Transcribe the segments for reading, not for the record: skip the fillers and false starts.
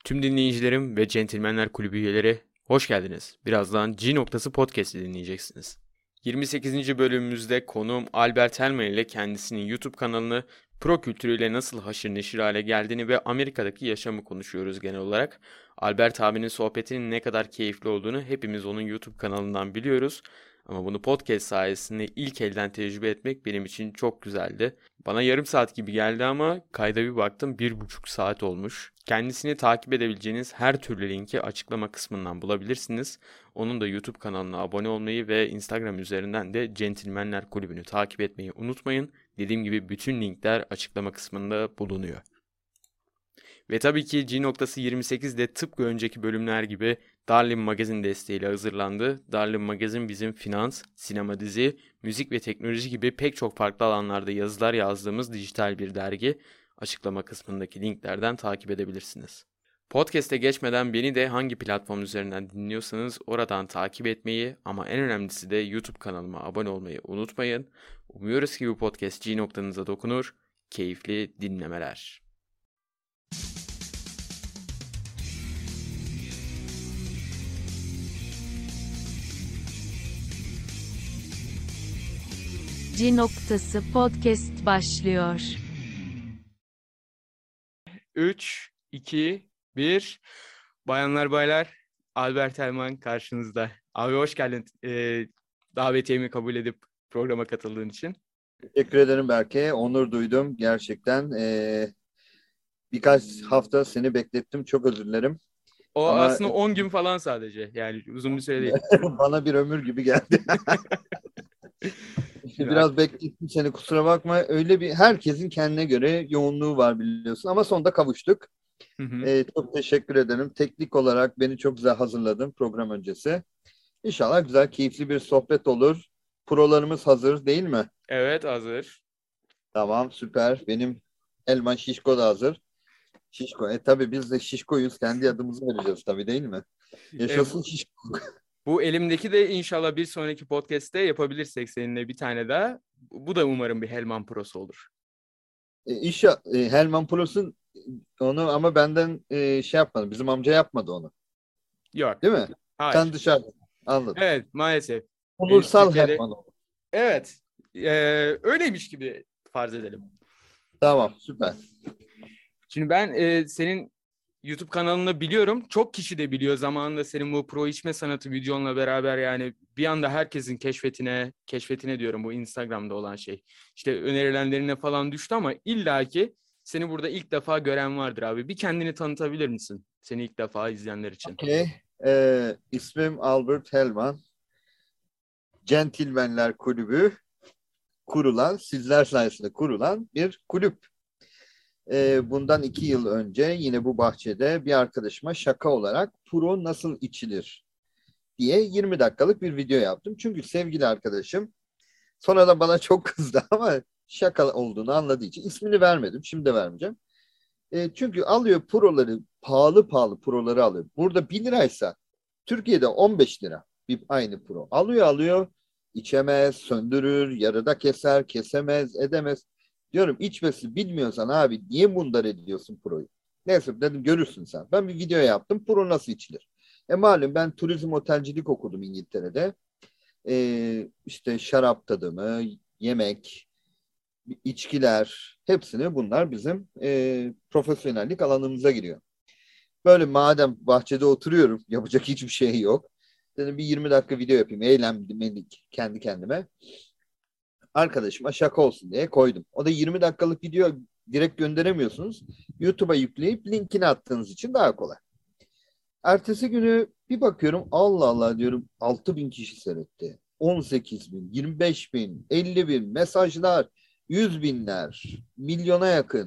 Tüm dinleyicilerim ve Centilmenler Kulübü üyeleri hoş geldiniz. Birazdan G noktası podcast'i dinleyeceksiniz. 28. bölümümüzde konuğum Albert Helman ile kendisinin YouTube kanalını pro kültürüyle nasıl haşır neşir hale geldiğini ve Amerika'daki yaşamı konuşuyoruz genel olarak. Albert abinin sohbetinin ne kadar keyifli olduğunu hepimiz onun YouTube kanalından biliyoruz. Ama bunu podcast sayesinde ilk elden tecrübe etmek benim için çok güzeldi. Bana yarım saat gibi geldi ama kayda bir baktım 1,5 saat olmuş. Kendisini takip edebileceğiniz her türlü linki açıklama kısmından bulabilirsiniz. Onun da YouTube kanalına abone olmayı ve Instagram üzerinden de Centilmenler Kulübü'nü takip etmeyi unutmayın. Dediğim gibi bütün linkler açıklama kısmında bulunuyor. Ve tabii ki G.28 de tıpkı önceki bölümler gibi Darwin Magazine desteğiyle hazırlandı. Darwin Magazine bizim finans, sinema dizi, müzik ve teknoloji gibi pek çok farklı alanlarda yazılar yazdığımız dijital bir dergi. Açıklama kısmındaki linklerden takip edebilirsiniz. Podcast'e geçmeden beni de hangi platform üzerinden dinliyorsanız oradan takip etmeyi ama en önemlisi de YouTube kanalıma abone olmayı unutmayın. Umuyoruz ki bu podcast G noktanıza dokunur. Keyifli dinlemeler. G noktası podcast başlıyor. 3, 2, 1. Bayanlar baylar, Albert Helman karşınızda. Abi hoş geldin. Davetiyemi kabul edip programa katıldığın için. Teşekkür ederim Berke. Onur duydum gerçekten. Birkaç hafta seni beklettim. Çok özür dilerim. O Ama aslında 10 gün falan sadece. Yani uzun bir süre değil. bana bir ömür gibi geldi. Biraz beklettim seni, kusura bakma. Öyle bir herkesin kendine göre yoğunluğu var biliyorsun. Ama sonunda kavuştuk. Hı hı. Çok teşekkür ederim. Teknik olarak beni çok güzel hazırladın program öncesi. İnşallah güzel, keyifli bir sohbet olur. Prolarımız hazır değil mi? Evet, hazır. Tamam, süper. Benim Elman Şişko da hazır. Şişko. Tabii biz de Şişko'yuz. Kendi adımızı vereceğiz tabii, değil mi? E, Yaşasın bu, Şişko. bu elimdeki de inşallah bir sonraki podcast'te yapabilirsek seninle bir tane daha. Bu da umarım bir Helman Pro'su olur. Helman Pros'un onu ama benden şey yapmadı. Bizim amca yapmadı onu. Yok. Değil mi? Sen Hayır. dışarıda. Anladım. Evet, maalesef. Ulusal Türkiye'de Helman oldu. evet. Öyleymiş gibi farz edelim. Tamam, süper. Şimdi ben senin YouTube kanalını biliyorum. Çok kişi de biliyor zamanında senin bu pro içme sanatı videonla beraber, yani bir anda herkesin keşfetine diyorum, bu Instagram'da olan şey. İşte önerilenlerine falan düştü ama illaki seni burada ilk defa gören vardır abi. Bir kendini tanıtabilir misin? Seni ilk defa izleyenler için. Okay. İsmim Albert Helman. Centilmenler Kulübü kurulan, sizler sayesinde kurulan bir kulüp. Bundan 2 yıl önce yine bu bahçede bir arkadaşıma şaka olarak pro nasıl içilir diye 20 dakikalık bir video yaptım. Çünkü sevgili arkadaşım sonradan bana çok kızdı ama şaka olduğunu anladığı için ismini vermedim. Şimdi de vermeyeceğim. Çünkü alıyor proları, pahalı pahalı proları alıyor. Burada 1 liraysa Türkiye'de 15 lira bir aynı pro. Alıyor, içemez, söndürür, yarıda keser, kesemez, edemez. Diyorum, içmesi bilmiyorsan abi niye bundar ediyorsun proyu? Neyse dedim, görürsün sen. Ben bir video yaptım. Pro nasıl içilir? Malum ben turizm otelcilik okudum İngiltere'de. İşte şarap tadımı, yemek, içkiler, hepsini bunlar bizim profesyonellik alanımıza giriyor. Böyle madem bahçede oturuyorum, yapacak hiçbir şey yok. Dedim bir 20 dakika video yapayım, eğlenmelik kendi kendime. Arkadaşıma şaka olsun diye koydum. O da 20 dakikalık video direkt gönderemiyorsunuz. YouTube'a yükleyip linkini attığınız için daha kolay. Ertesi günü bir bakıyorum, Allah Allah diyorum, 6.000 kişi seyretti. 18.000, 25.000, 50.000 mesajlar, 100.000'ler, milyona yakın.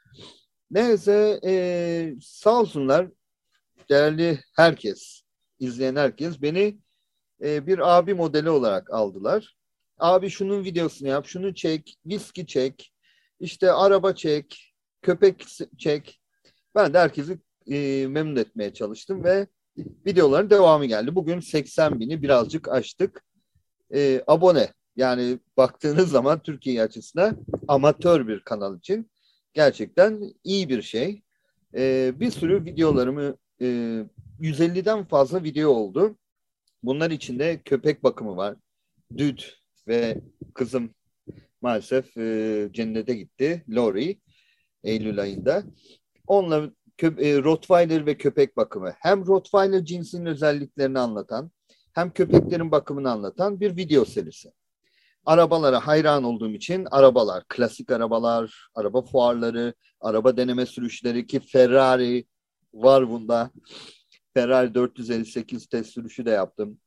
Neyse sağ olsunlar değerli herkes, izleyen herkes beni bir abi modeli olarak aldılar. Abi şunun videosunu yap, şunu çek, viski çek, işte araba çek, köpek çek. Ben de herkesi memnun etmeye çalıştım ve videoların devamı geldi. Bugün 80.000'i birazcık aştık. Abone. Yani baktığınız zaman Türkiye açısından amatör bir kanal için gerçekten iyi bir şey. Bir sürü videolarımı 150'den fazla video oldu. Bunlar içinde köpek bakımı var. Düd ve kızım maalesef cennete gitti. Lori Eylül ayında. Onunla Rottweiler ve köpek bakımı. Hem Rottweiler cinsinin özelliklerini anlatan hem köpeklerin bakımını anlatan bir video serisi. Arabalara hayran olduğum için arabalar, klasik arabalar, araba fuarları, araba deneme sürüşleri ki Ferrari var bunda. Ferrari 458 test sürüşü de yaptım.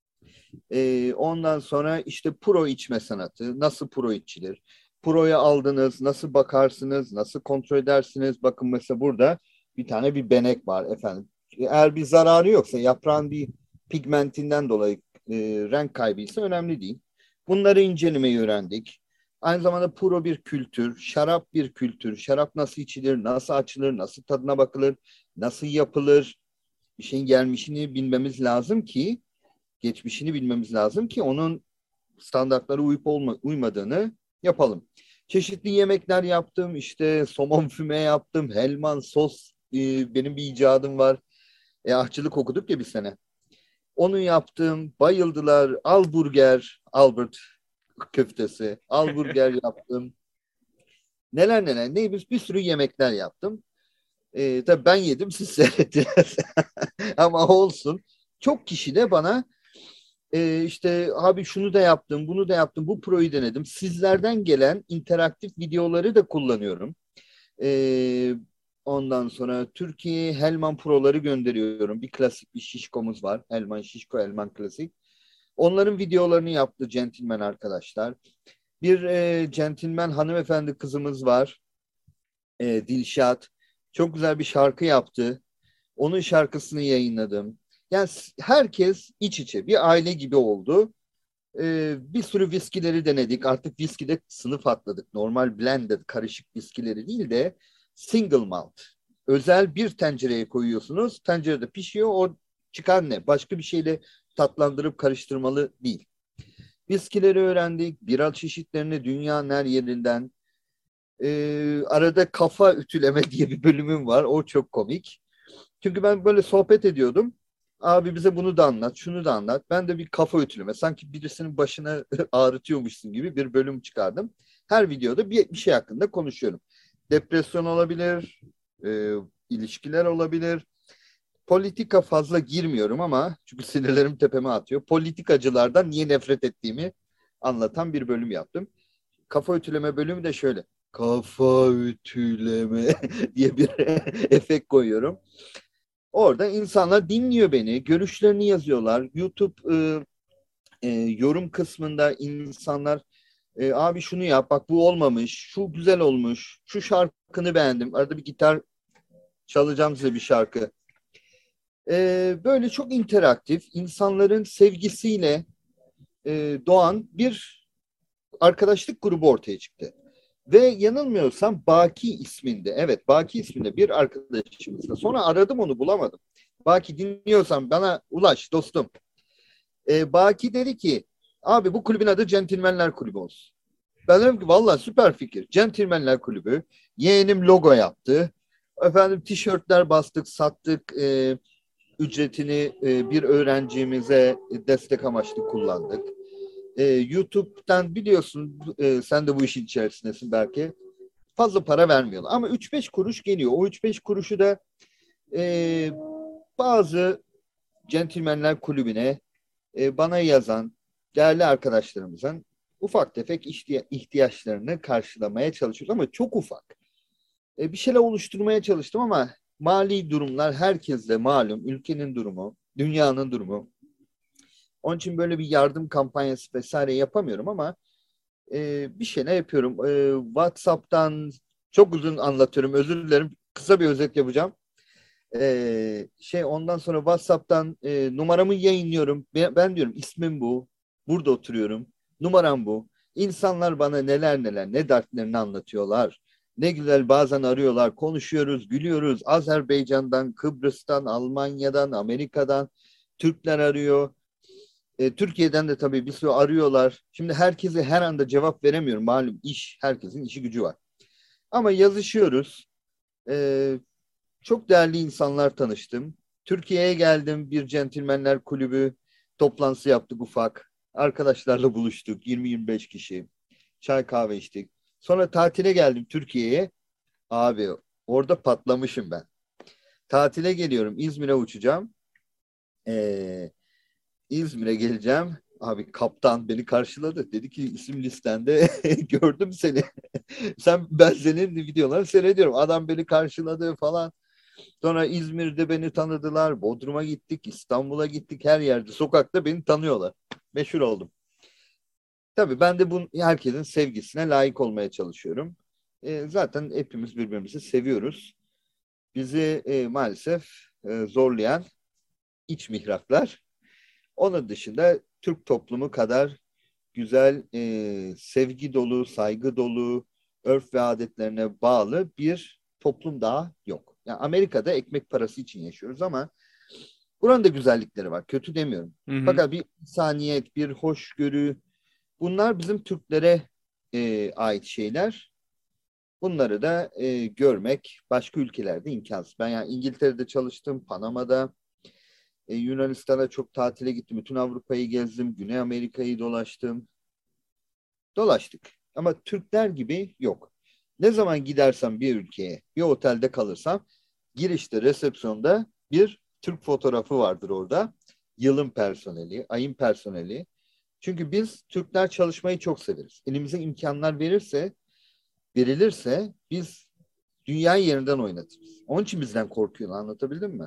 Ondan sonra işte pro içme sanatı. Nasıl pro içilir? Pro'yu aldınız, nasıl bakarsınız, nasıl kontrol edersiniz? Bakın mesela burada bir benek var efendim. Eğer bir zararı yoksa yaprağın bir pigmentinden dolayı renk kaybıysa önemli değil. Bunları incelemeyi öğrendik. Aynı zamanda pro bir kültür, şarap bir kültür. Şarap nasıl içilir, nasıl açılır, nasıl tadına bakılır, nasıl yapılır? Bir şeyin gelmişini bilmemiz lazım ki, geçmişini bilmemiz lazım ki onun standartlara uymadığını yapalım. Çeşitli yemekler yaptım. İşte somon füme yaptım. Helman sos benim bir icadım var. Aşçılık okuduk ya bir sene. Onu yaptım. Bayıldılar. Albert köftesi. Alburger yaptım. Neler neler. Bir sürü yemekler yaptım. Tabii ben yedim, siz seyrettiniz. Ama olsun. Çok kişi de bana işte abi şunu da yaptım, bunu da yaptım, bu proyu denedim. Sizlerden gelen interaktif videoları da kullanıyorum. E, Ondan sonra Türkiye'ye Helman Pro'ları gönderiyorum. Bir klasik bir şişkomuz var. Helman Şişko, Helman Klasik. Onların videolarını yaptı centilmen arkadaşlar. Bir centilmen hanımefendi kızımız var. Dilşat. Çok güzel bir şarkı yaptı. Onun şarkısını yayınladım. Yani herkes iç içe bir aile gibi oldu. Bir sürü viskileri denedik. Artık viskide sınıf atladık. Normal blended karışık viskileri değil de single malt. Özel bir tencereye koyuyorsunuz. Tencerede pişiyor. O çıkan ne? Başka bir şeyle tatlandırıp karıştırmalı değil. Viskileri öğrendik. Bira çeşitlerini dünyanın her yerinden. Arada kafa ütüleme diye bir bölümüm var. O çok komik. Çünkü ben böyle sohbet ediyordum. Abi bize bunu da anlat, şunu da anlat. Ben de bir kafa ütüleme, sanki birisinin başına ağrıtıyormuşsun gibi bir bölüm çıkardım. Her videoda bir şey hakkında konuşuyorum. Depresyon olabilir, ilişkiler olabilir. Politika fazla girmiyorum ama çünkü sinirlerim tepeme atıyor. Politikacılardan niye nefret ettiğimi anlatan bir bölüm yaptım. Kafa ütüleme bölümü de şöyle. Kafa ütüleme diye bir efekt koyuyorum. Orada insanlar dinliyor beni, görüşlerini yazıyorlar. YouTube yorum kısmında insanlar abi şunu yap, bak bu olmamış, şu güzel olmuş, şu şarkını beğendim. Arada bir gitar çalacağım size bir şarkı. Böyle çok interaktif, insanların sevgisiyle doğan bir arkadaşlık grubu ortaya çıktı. Ve yanılmıyorsam Baki isminde, evet Baki isminde bir arkadaşımızla. Sonra aradım onu bulamadım. Baki dinliyorsan bana ulaş dostum. Baki dedi ki abi bu kulübün adı Centilmenler Kulübü olsun. Ben dedim ki vallahi süper fikir. Centilmenler Kulübü. Yeğenim logo yaptı. Efendim tişörtler bastık, sattık. Ücretini bir öğrencimize destek amaçlı kullandık. YouTube'dan biliyorsun sen de bu işin içerisindesin belki. Fazla para vermiyorlar. Ama 3-5 kuruş geliyor. O 3-5 kuruşu da bazı Centilmenler Kulübü'ne bana yazan değerli arkadaşlarımızın ufak tefek ihtiyaçlarını karşılamaya çalışıyoruz ama çok ufak. Bir şeyler oluşturmaya çalıştım ama mali durumlar herkeste malum. Ülkenin durumu, dünyanın durumu. Onun için böyle bir yardım kampanyası vesaire yapamıyorum ama bir şeyler yapıyorum. WhatsApp'tan çok uzun anlatıyorum. Özür dilerim. Kısa bir özet yapacağım. Ondan sonra WhatsApp'tan numaramı yayınlıyorum. Ben diyorum ismim bu. Burada oturuyorum. Numaram bu. İnsanlar bana neler neler ne dertlerini anlatıyorlar. Ne güzel bazen arıyorlar. Konuşuyoruz, gülüyoruz. Azerbaycan'dan, Kıbrıs'tan, Almanya'dan, Amerika'dan Türkler arıyor. Türkiye'den de tabii bir sürü arıyorlar. Şimdi herkese her anda cevap veremiyorum. Malum herkesin işi gücü var. Ama yazışıyoruz. Çok değerli insanlar tanıştım. Türkiye'ye geldim. Bir Centilmenler Kulübü toplantısı yaptık ufak. Arkadaşlarla buluştuk. 20-25 kişi. Çay kahve içtik. Sonra tatile geldim Türkiye'ye. Abi orada patlamışım ben. Tatile geliyorum. İzmir'e uçacağım. Ee, İzmir'e geleceğim. Abi kaptan beni karşıladı. Dedi ki isim listende gördüm seni. Ben senin videolarını seyrediyorum. Adam beni karşıladı falan. Sonra İzmir'de beni tanıdılar. Bodrum'a gittik, İstanbul'a gittik. Her yerde, sokakta beni tanıyorlar. Meşhur oldum. Tabii ben de herkesin sevgisine layık olmaya çalışıyorum. Zaten hepimiz birbirimizi seviyoruz. Bizi maalesef zorlayan iç mihraklar. Onun dışında Türk toplumu kadar güzel, sevgi dolu, saygı dolu, örf ve adetlerine bağlı bir toplum daha yok. Yani Amerika'da ekmek parası için yaşıyoruz ama buranın da güzellikleri var. Kötü demiyorum. Hı hı. Fakat bir insaniyet, bir hoşgörü, bunlar bizim Türklere ait şeyler. Bunları da görmek başka ülkelerde imkansız. Ben yani İngiltere'de çalıştım, Panama'da, Yunanistan'a çok tatile gittim. Bütün Avrupa'yı gezdim, Güney Amerika'yı dolaştım. Dolaştık. Ama Türkler gibi yok. Ne zaman gidersem bir ülkeye, bir otelde kalırsam girişte, resepsiyonda bir Türk fotoğrafı vardır orada. Yılın personeli, ayın personeli. Çünkü biz Türkler çalışmayı çok severiz. Elimize imkanlar verilirse biz dünyayı yerinden oynatırız. Onun için bizden korkuyorlar, anlatabildim mi?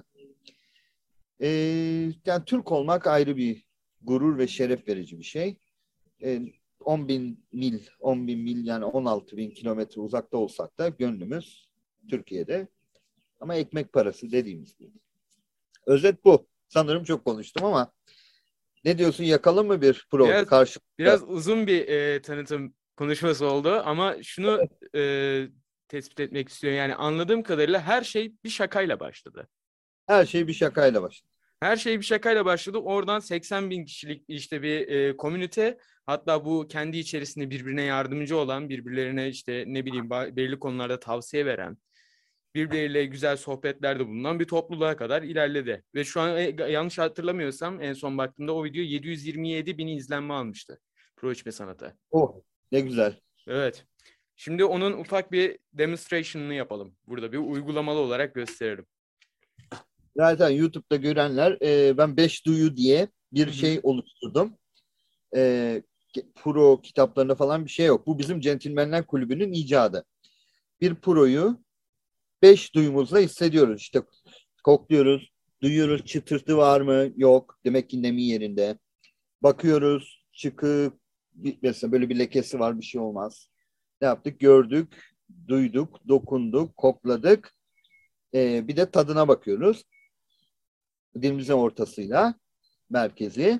Yani Türk olmak ayrı bir gurur ve şeref verici bir şey. Ee, 10 bin mil, 10 bin mil yani 16 bin kilometre uzakta olsak da gönlümüz Türkiye'de. Ama ekmek parası dediğimiz gibi. Özet bu. Sanırım çok konuştum ama ne diyorsun, yakalım mı bir pro Biraz karşılıklı? biraz uzun bir tanıtım konuşması oldu ama şunu tespit etmek istiyorum. Yani anladığım kadarıyla her şey bir şakayla başladı. Her şey bir şakayla başladı. Her şey bir şakayla başladı. Oradan 80 bin kişilik işte bir komünite, hatta bu kendi içerisinde birbirine yardımcı olan, birbirlerine işte ne bileyim belirli konularda tavsiye veren, birbirleriyle güzel sohbetlerde bulunan bir topluluğa kadar ilerledi. Ve şu an yanlış hatırlamıyorsam en son baktığımda o video 727 bin izlenme almıştı. Pro İçme Sanatı. Oh, ne güzel. Evet. Şimdi onun ufak bir demonstration'ını yapalım. Burada bir uygulamalı olarak gösterelim. Zaten YouTube'da görenler, ben 5 duyu diye Hı bir hı. şey oluşturdum. E, Pro kitaplarında falan bir şey yok. Bu bizim Centilmenler Kulübü'nün icadı. Bir proyu 5 duyumuzla hissediyoruz. İşte kokluyoruz, duyuyoruz, çıtırtı var mı? Yok. Demek ki nemi yerinde. Bakıyoruz, çıkık, mesela böyle bir lekesi var, bir şey olmaz. Ne yaptık? Gördük, duyduk, dokunduk, kokladık. Bir de tadına bakıyoruz. Dilimizin ortasıyla merkezi.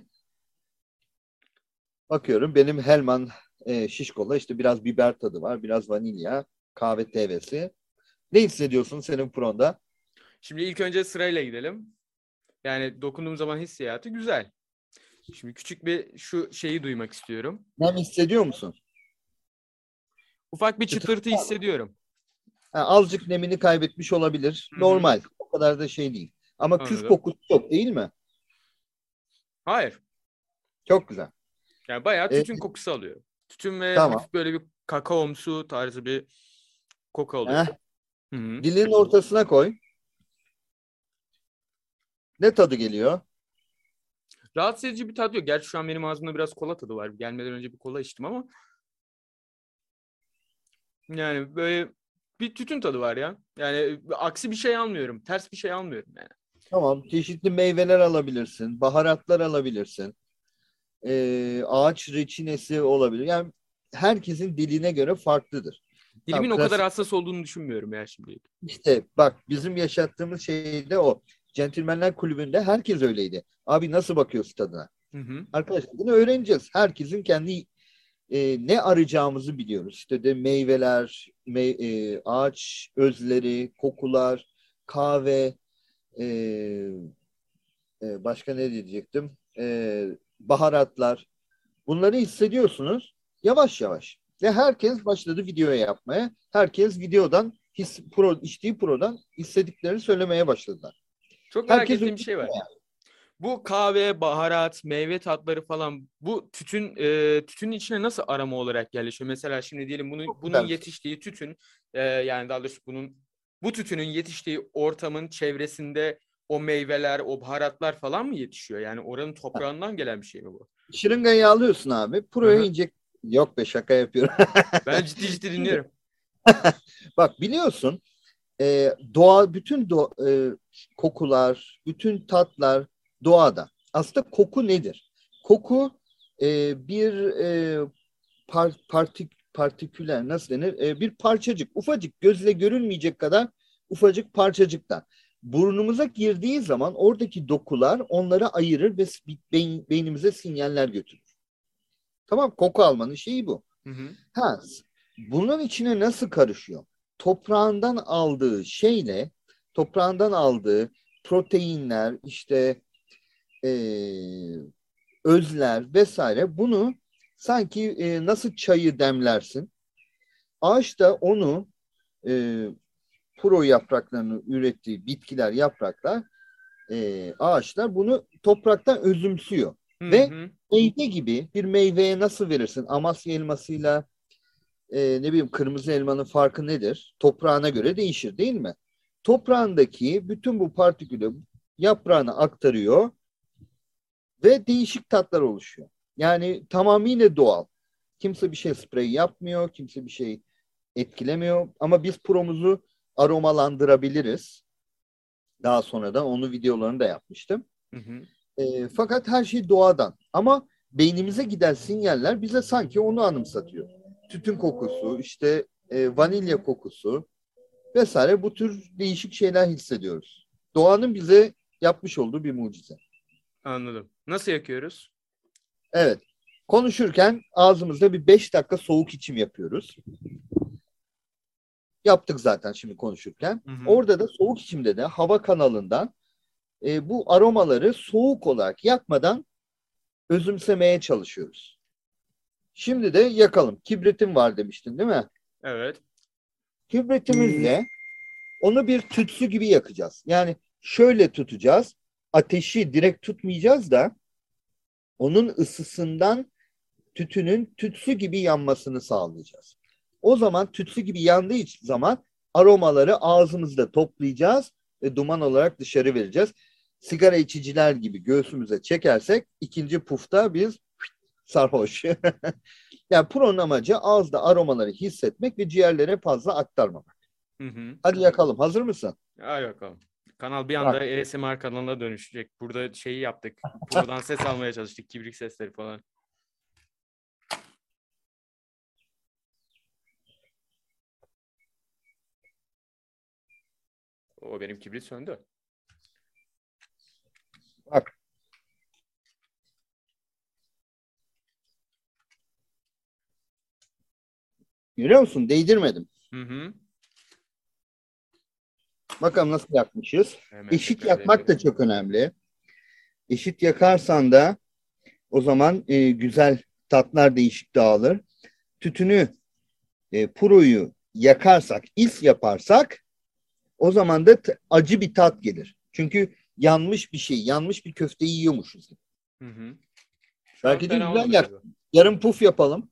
Bakıyorum benim Helman şişkola işte biraz biber tadı var, biraz vanilya, kahve tevesi. Ne hissediyorsun senin pronda? Şimdi ilk önce sırayla gidelim. Yani dokunduğum zaman hissiyatı güzel. Şimdi küçük bir şu şeyi duymak istiyorum. Nem hissediyor musun? Ufak bir Çıtır. çıtırtı hissediyorum. Azıcık nemini kaybetmiş olabilir. Hı hı. Normal. O kadar da şey değil. Ama küf Anladım. kokusu yok değil mi? Hayır. Çok güzel. Yani bayağı E, tütün kokusu alıyorum. Tütün ve tamam. hafif böyle bir kakaomsu tarzı bir koku Heh, alıyorum. Hı hı. dilin ortasına koy. Ne tadı geliyor? Rahatsız edici bir tat yok. Gerçi şu an benim ağzımda biraz kola tadı var. Gelmeden önce bir kola içtim ama yani böyle bir tütün tadı var ya. Yani aksi bir şey almıyorum. Ters bir şey almıyorum yani. Tamam. Çeşitli meyveler alabilirsin. Baharatlar alabilirsin. Ağaç reçinesi olabilir. Yani herkesin diline göre farklıdır. Tamam, Dilimin o kadar klasik. hassas olduğunu düşünmüyorum ya şimdi. İşte bak bizim yaşattığımız şey de o. Centilmenler Kulübü'nde herkes öyleydi. Abi nasıl bakıyorsun tadına? Hı hı. Arkadaşlar bunu öğreneceğiz. Herkesin kendi ne arayacağımızı biliyoruz. İşte de meyveler, ağaç özleri, kokular, kahve, e, başka ne diyecektim? Baharatlar. Bunları hissediyorsunuz yavaş yavaş. Ve herkes başladı videoya yapmaya. Herkes videodan içtiği prodan istediklerini söylemeye başladılar. Çok merak Herkes ettiğim bir şey var. Bu kahve, baharat, meyve tatları falan bu tütünün içine nasıl aroma olarak yerleşiyor? Mesela şimdi diyelim bunun yetiştiği tütün yani daha doğrusu bu tütünün yetiştiği ortamın çevresinde o meyveler, o baharatlar falan mı yetişiyor? Yani oranın toprağından gelen bir şey mi bu? Şırıngayı alıyorsun abi. Proya inecek. Yok be, şaka yapıyorum. Ben ciddi dinliyorum. Bak biliyorsun bütün kokular, bütün tatlar doğada. Aslında koku nedir? Koku bir partiküler nasıl denir? Bir parçacık, ufacık, gözle görülmeyecek kadar ufacık parçacıklar. Burnumuza girdiği zaman oradaki dokular onları ayırır ve beynimize sinyaller götürür. Tamam, koku almanın şeyi bu. Hı hı. Bunun içine nasıl karışıyor? Toprağından aldığı proteinler, işte özler vesaire, bunu sanki nasıl çayı demlersin? Ağaç da onu puro yapraklarını ürettiği yapraklar, ağaçlar bunu topraktan özümsüyor. Ve meyve gibi bir meyveye nasıl verirsin? Amasya elmasıyla ne bileyim kırmızı elmanın farkı nedir? Toprağına göre değişir değil mi? Toprağındaki bütün bu partikülü yaprağına aktarıyor ve değişik tatlar oluşuyor. Yani tamamıyla doğal. Kimse bir şey sprey yapmıyor, kimse bir şey etkilemiyor. Ama biz puromuzu aromalandırabiliriz. Daha sonradan onun videolarını da yapmıştım. Hı hı. Fakat her şey doğadan. Ama beynimize giden sinyaller bize sanki onu anımsatıyor. Tütün kokusu, işte vanilya kokusu vesaire, bu tür değişik şeyler hissediyoruz. Doğanın bize yapmış olduğu bir mucize. Anladım. Nasıl yakıyoruz? Evet. Konuşurken ağzımızda bir 5 dakika soğuk içim yapıyoruz. Yaptık zaten şimdi konuşurken. Hı hı. Orada da soğuk içimde de hava kanalından bu aromaları soğuk olarak yakmadan özümsemeye çalışıyoruz. Şimdi de yakalım. Kibritim var demiştin değil mi? Evet. Kibritimizle onu bir tütsü gibi yakacağız. Yani şöyle tutacağız. Ateşi direkt tutmayacağız da onun ısısından tütünün tütsü gibi yanmasını sağlayacağız. O zaman tütsü gibi yandığı zaman aromaları ağzımızda toplayacağız ve duman olarak dışarı vereceğiz. Sigara içiciler gibi göğsümüze çekersek ikinci pufta biz sarhoş. Yani puronun amacı ağızda aromaları hissetmek ve ciğerlere fazla aktarmamak. Hı hı. Hadi yakalım. Hazır mısın? Hadi bakalım. Kanal bir anda Bak. ASMR kanalına dönüşecek. Burada şeyi yaptık. Buradan ses almaya çalıştık. Kibrik sesleri falan. O benim kibrit söndü. Bak. Görüyor musun? Değdirmedim. Hı hı. Bakalım nasıl yakmışız. Hemen Eşit tekrar yakmak da deneyelim. çok önemli. Eşit yakarsan da o zaman güzel tatlar değişik dağılır. Tütünü, puroyu yakarsak, is yaparsak o zaman da acı bir tat gelir. Çünkü yanmış bir şey, yanmış bir köfteyi yiyormuşuz. Hı hı. Şu Belki an de fena güzel olmadı yak. galiba. Yarım puf yapalım.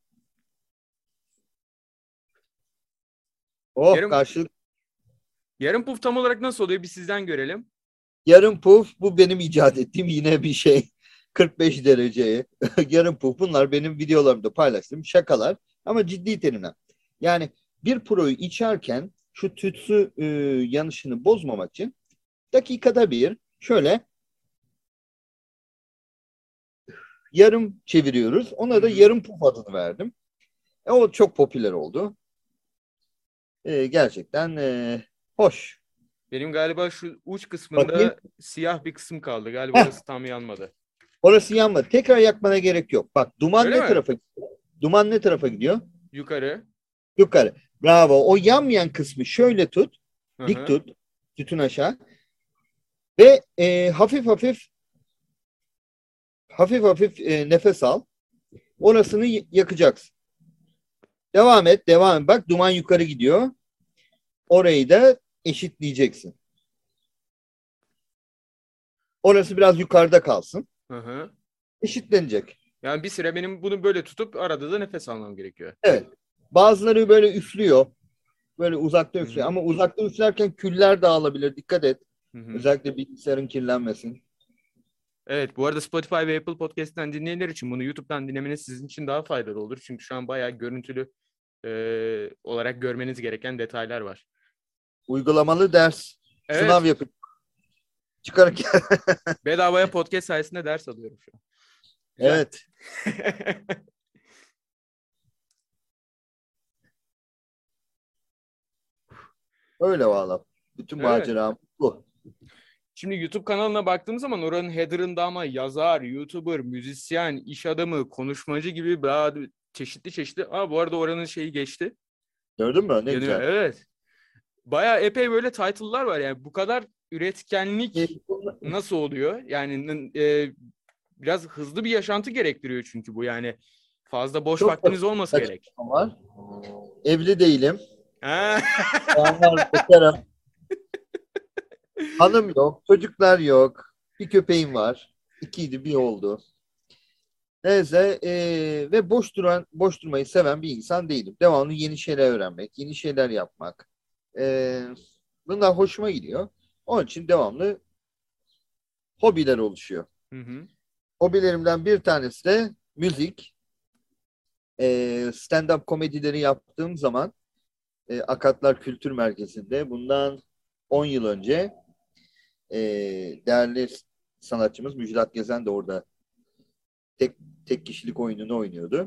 Oh, Yarım, karşılık. yarım puf tam olarak nasıl oluyor? Bir sizden görelim. Yarım puf, bu benim icat ettiğim yine bir şey. 45 dereceye. Yarım puf, bunlar benim videolarımda paylaştığım şakalar. Ama ciddi terimler. Yani bir proyu içerken şu tütsü yanışını bozmamak için dakikada bir şöyle yarım çeviriyoruz. Ona da yarım puf adını verdim. O çok popüler oldu. Gerçekten hoş. Benim galiba şu uç kısmında Bakayım. siyah bir kısım kaldı. Galiba Heh, orası tam yanmadı. orası yanmadı. Tekrar yakmana gerek yok. Bak, duman Öyle ne mi? tarafa gidiyor? Duman ne tarafa gidiyor? Yukarı. Yukarı. Bravo. O yanmayan kısmı şöyle tut. Hı Dik hı. tut. Tütün aşağı. Ve hafif hafif nefes al. Orasını yakacaksın. Devam et. Devam et. Bak, duman yukarı gidiyor. Orayı da eşitleyeceksin. Orası biraz yukarıda kalsın. Hı hı. Eşitlenecek. Yani bir süre benim bunu böyle tutup arada da nefes almam gerekiyor. Evet. Bazıları böyle üflüyor. Böyle uzakta Hı üflüyor. hı. Ama uzakta üflerken küller dağılabilir. Dikkat et. Hı hı. Özellikle bilgisayarın kirlenmesin. Evet, bu arada Spotify ve Apple Podcast'ten dinleyenler için bunu YouTube'dan dinlemeniz sizin için daha faydalı olur. Çünkü şu an bayağı görüntülü olarak görmeniz gereken detaylar var. Uygulamalı ders. Sınav Evet, yapıp çıkarken. bedavaya podcast sayesinde ders alıyorum şu an. Güzel. Evet. Öyle valla. Bütün Evet. maceram bu. Şimdi YouTube kanalına baktığım zaman oranın header'ında ama yazar, YouTuber, müzisyen, iş adamı, konuşmacı gibi daha çeşitli çeşitli. Bu arada oranın şeyi geçti. Gördün mü? Ne Yanıyor. güzel. Evet. Bayağı epey böyle title'lar var yani. Bu kadar üretkenlik nasıl oluyor? Yani biraz hızlı bir yaşantı gerektiriyor çünkü bu yani. Fazla boş Çok vaktiniz basit olması bir gerek. açıklama var. Evli değilim. Ha. Şu anlar bekarım. Hanım yok. Çocuklar yok. Bir köpeğim var. İkiydi bir oldu. Neyse ve boş durmayı seven bir insan değilim. Devamlı yeni şeyler öğrenmek, yeni şeyler yapmak. Eee bunlar hoşuma gidiyor. Onun için devamlı hobiler oluşuyor. Hı hı. Hobilerimden bir tanesi de müzik. Stand-up komedileri yaptığım zaman Akatlar Kültür Merkezi'nde bundan 10 yıl önce değerli sanatçımız Müjdat Gezen de orada tek kişilik oyununu oynuyordu.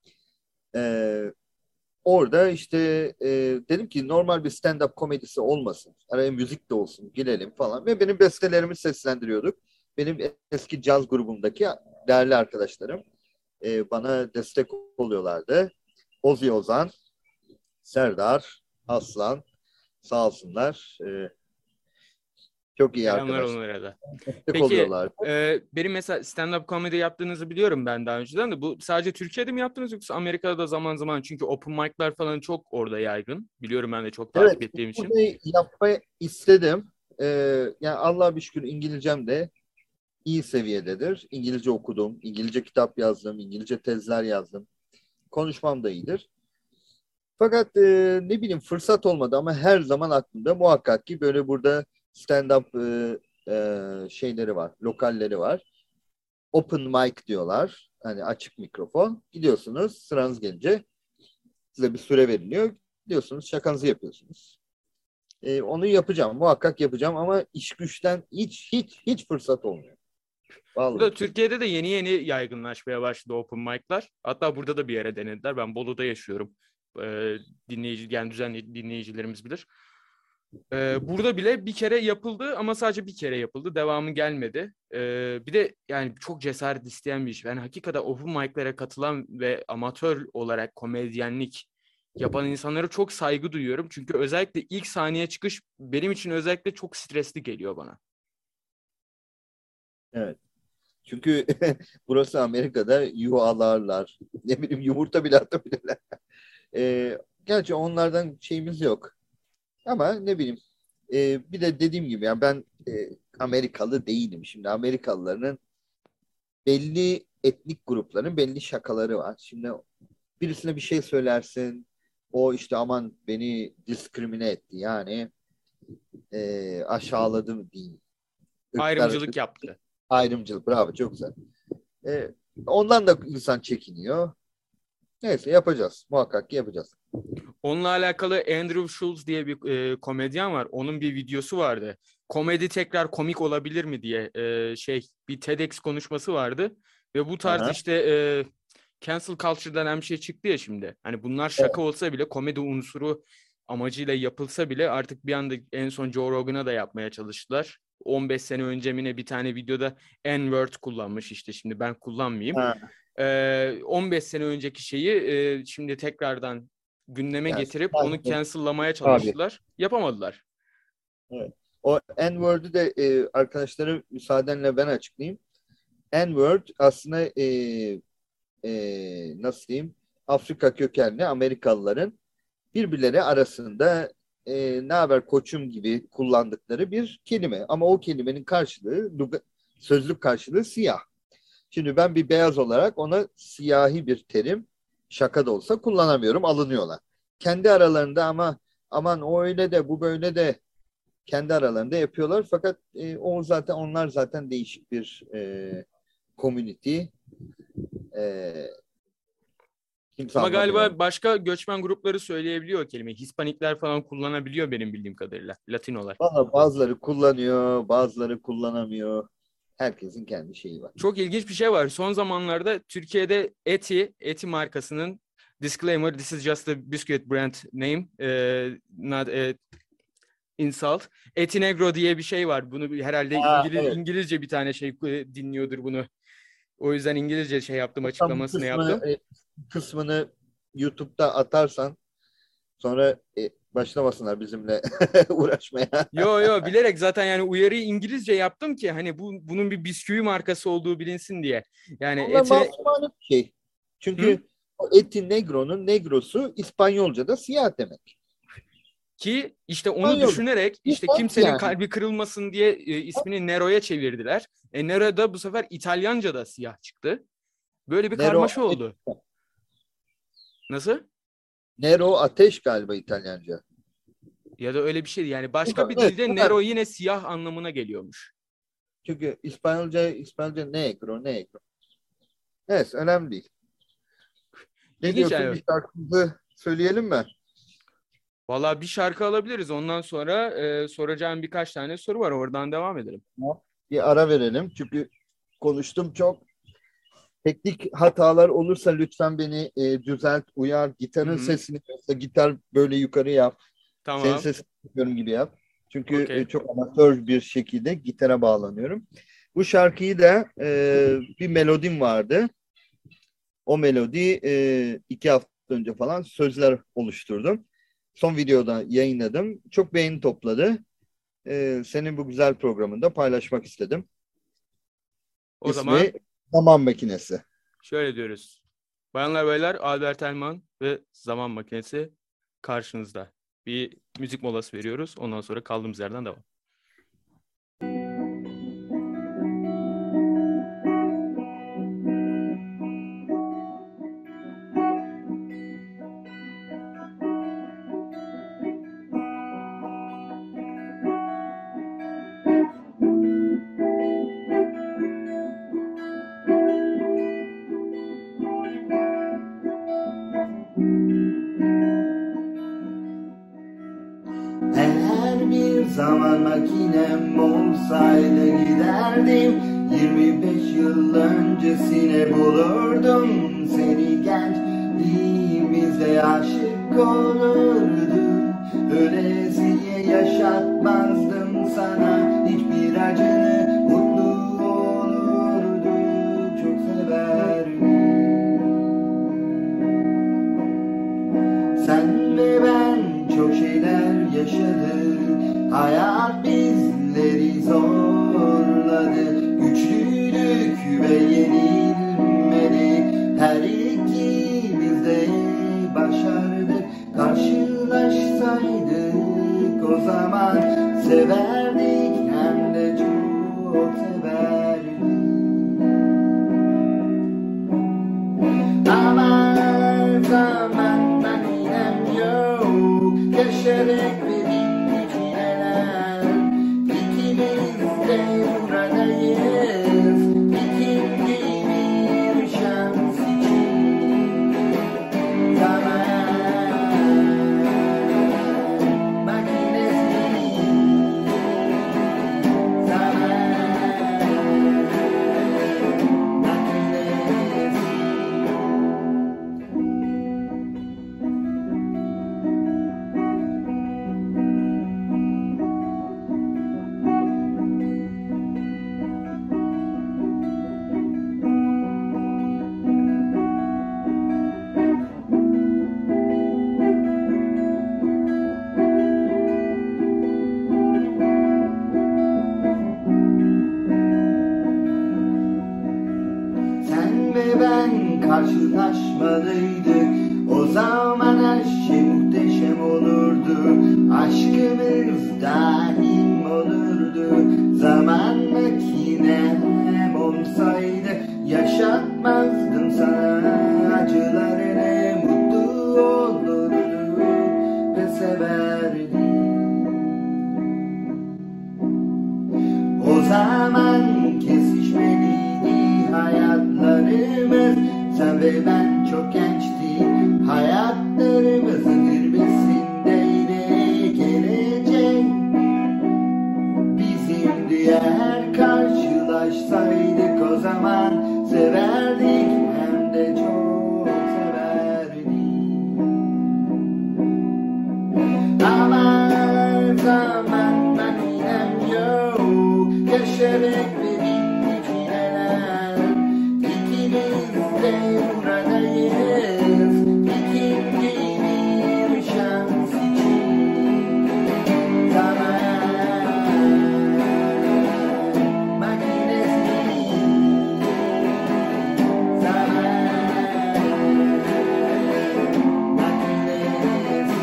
Ee, orada işte dedim ki normal bir stand-up komedisi olmasın. Araya müzik de olsun, girelim falan. Ve benim bestelerimi seslendiriyorduk. Benim eski caz grubumdaki değerli arkadaşlarım bana destek oluyorlardı. Ozi Ozan, Serdar, Aslan sağ olsunlar. Çok iyi Selamlar arkadaşlar. onlara da. Destek Peki oluyorlardı. benim mesela stand-up comedy yaptığınızı biliyorum ben daha önceden de. Bu sadece Türkiye'de mi yaptınız yoksa Amerika'da da zaman zaman çünkü open mic'lar falan çok orada yaygın. Biliyorum ben de çok takip Evet, ettiğim için. burada yapmayı istedim. Yani Allah'a bir şükür İngilizcem de iyi seviyededir. İngilizce okudum, İngilizce kitap yazdım, İngilizce tezler yazdım. Konuşmam da iyidir. Fakat ne bileyim fırsat olmadı ama her zaman aklımda muhakkak ki böyle burada stand-up şeyleri var, lokalleri var. Open mic diyorlar. Hani açık mikrofon. Gidiyorsunuz, sıranız gelince size bir süre veriliyor. Gidiyorsunuz, şakanızı yapıyorsunuz. Onu yapacağım. Muhakkak yapacağım ama iş güçten hiç fırsat olmuyor. Vallahi. Burada Türkiye'de de yeni yeni yaygınlaşmaya başladı open mic'lar. Hatta burada da bir yere denediler. Ben Bolu'da yaşıyorum. Yani düzenli dinleyicilerimiz bilir. Burada bile bir kere yapıldı ama sadece bir kere yapıldı. Devamı gelmedi. Bir de yani çok cesaret isteyen bir iş. Ben hakikaten open mic'lere katılan ve amatör olarak komedyenlik yapan insanlara çok saygı duyuyorum. Çünkü özellikle ilk sahneye çıkış benim için özellikle çok stresli geliyor bana. Evet. Çünkü burası Amerika'da yuvalarlar. Ne bileyim yumurta bile atabilirler. Gerçi onlardan şeyimiz yok. Ama ne bileyim. Bir de dediğim gibi yani ben Amerikalı değilim. Şimdi Amerikalıların belli etnik grupların belli şakaları var. Şimdi birisine bir şey söylersin. O işte aman beni diskrimine etti. Yani aşağıladı mı diyeyim. Ayrımcılık yaptı. Ayrımcılık. Bravo. Çok güzel. E, ondan da insan çekiniyor. Neyse yapacağız. Muhakkak ki yapacağız. Onunla alakalı Andrew Schulz diye bir komedyen var. Onun bir videosu vardı. Komedi tekrar komik olabilir mi diye bir TEDx konuşması vardı. Ve bu tarz Aha. işte cancel culture denen bir şey çıktı ya şimdi. Hani bunlar Evet. şaka olsa bile komedi unsuru amacıyla yapılsa bile artık bir anda en son Joe Rogan'a da yapmaya çalıştılar. 15 sene önce mi ne bir tane videoda N-word kullanmış işte şimdi ben kullanmayayım. Ha. 15 sene önceki şeyi şimdi tekrardan gündeme Yani, getirip onu cancel'lamaya abi. çalıştılar. Yapamadılar. Evet. O N-word'ü de arkadaşlara müsaadenle ben açıklayayım. N-word aslında nasıl diyeyim Afrika kökenli Amerikalıların birbirleri arasında ne haber koçum gibi kullandıkları bir kelime. Ama o kelimenin karşılığı, sözlük karşılığı siyah. Şimdi ben bir beyaz olarak ona siyahi bir terim şaka da olsa kullanamıyorum, alınıyorlar. Kendi aralarında ama aman o öyle de bu böyle de kendi aralarında yapıyorlar. Fakat onlar zaten değişik bir community. E, Kimse Ama anlamıyor onu. galiba başka göçmen grupları söyleyebiliyor o kelimeyi. Hispanikler falan kullanabiliyor benim bildiğim kadarıyla. Latinolar. Valla bazıları kullanıyor, bazıları kullanamıyor. Herkesin kendi şeyi var. Çok ilginç bir şey var. Son zamanlarda Türkiye'de Eti markasının disclaimer, this is just a biscuit brand name, not a insult. Eti Negro diye bir şey var. Bunu herhalde Evet. İngilizce bir tane şey dinliyordur bunu. O yüzden İngilizce şey yaptım, Tam bu açıklamasını yaptım. kısmını YouTube'da atarsan sonra başlamasınlar bizimle uğraşmaya. Yo bilerek zaten yani uyarıyı İngilizce yaptım ki hani bunun bir bisküvi markası olduğu bilinsin diye. Yani Onlar masumane bir şey. Hı? Çünkü o Eti Negro'nun negrosu İspanyolca'da siyah demek. Ki işte onu İspanyol. düşünerek işte İspanyol kimsenin yani. kalbi kırılmasın diye ismini Nero'ya çevirdiler. Nero da bu sefer İtalyanca'da siyah çıktı. Böyle bir Nero, karmaşa oldu. Nasıl? Nero ateş galiba İtalyanca. Ya da öyle bir şeydi. Yani başka bir Evet, dilde Nero yine siyah anlamına geliyormuş. çünkü İspanyolca negro. Evet, önemli değil. Ne İlginç diyorsun? yani. Bir şarkımızı söyleyelim mi? Vallahi bir şarkı alabiliriz. Ondan sonra soracağım birkaç tane soru var. Oradan devam edelim. Bir ara verelim. Çünkü konuştum çok. Teknik hatalar olursa lütfen beni düzelt, uyar. Hı Gitarın hı. sesini mesela gitar böyle yukarı yap. Senin Tamam. sesini yapıyorum gibi yap. Çünkü Okey. çok amatör bir şekilde gitara bağlanıyorum. Bu şarkıyı da bir melodim vardı. O melodi 2 hafta önce falan sözler oluşturdum. Son videoda yayınladım. Çok beğeni topladı. Senin bu güzel programında paylaşmak istedim. O İsmi zaman Zaman Makinesi. şöyle diyoruz. Bayanlar beyler, Albert Elman ve Zaman Makinesi karşınızda. Bir müzik molası veriyoruz. Ondan sonra kaldığımız yerden devam. Eğer bir zaman makinem olsaydı giderdim 25 yıl öncesine bulurdum seni genç İyimizde aşık olurdum Ölesiye yaşatmazdım sana hiçbir acını Mutlu olurduk çok severdim Sen ve ben çok şeyler yaşadık Hayat bizleri zorladı Güçlüydük ve yenilmedik Her ikimiz de başardık Karşılaşsaydık o zaman Severdik hem de çok severdik Aman zaman makinem yok Yaşadık ve bildik neler İkimiz de buradayız İkinci bir şans için Zaman makinesi Zaman makinesi Sen ve ben karşılaşmalıydık O zaman her şey muhteşem olurdu. Aşkımız daim olurdu. Zaman makinem olsaydı yaşatmazdım sana acılarını. Mutlu olurdu ve severdim. O zaman kesişmeliydi hayatlarımız. Sen ve ben çok gençtik. Hayatlarımızın zirvesindeydi gelecek. Bizimdi, eğer karşılaşsaydık o zaman severdik, hem de çok severdik. Ama zaman makinem yok, yaşarak verildi çileler. İkimiz de buradayız, ikinci bir şans için. Zaman makinesi, zaman makinesi,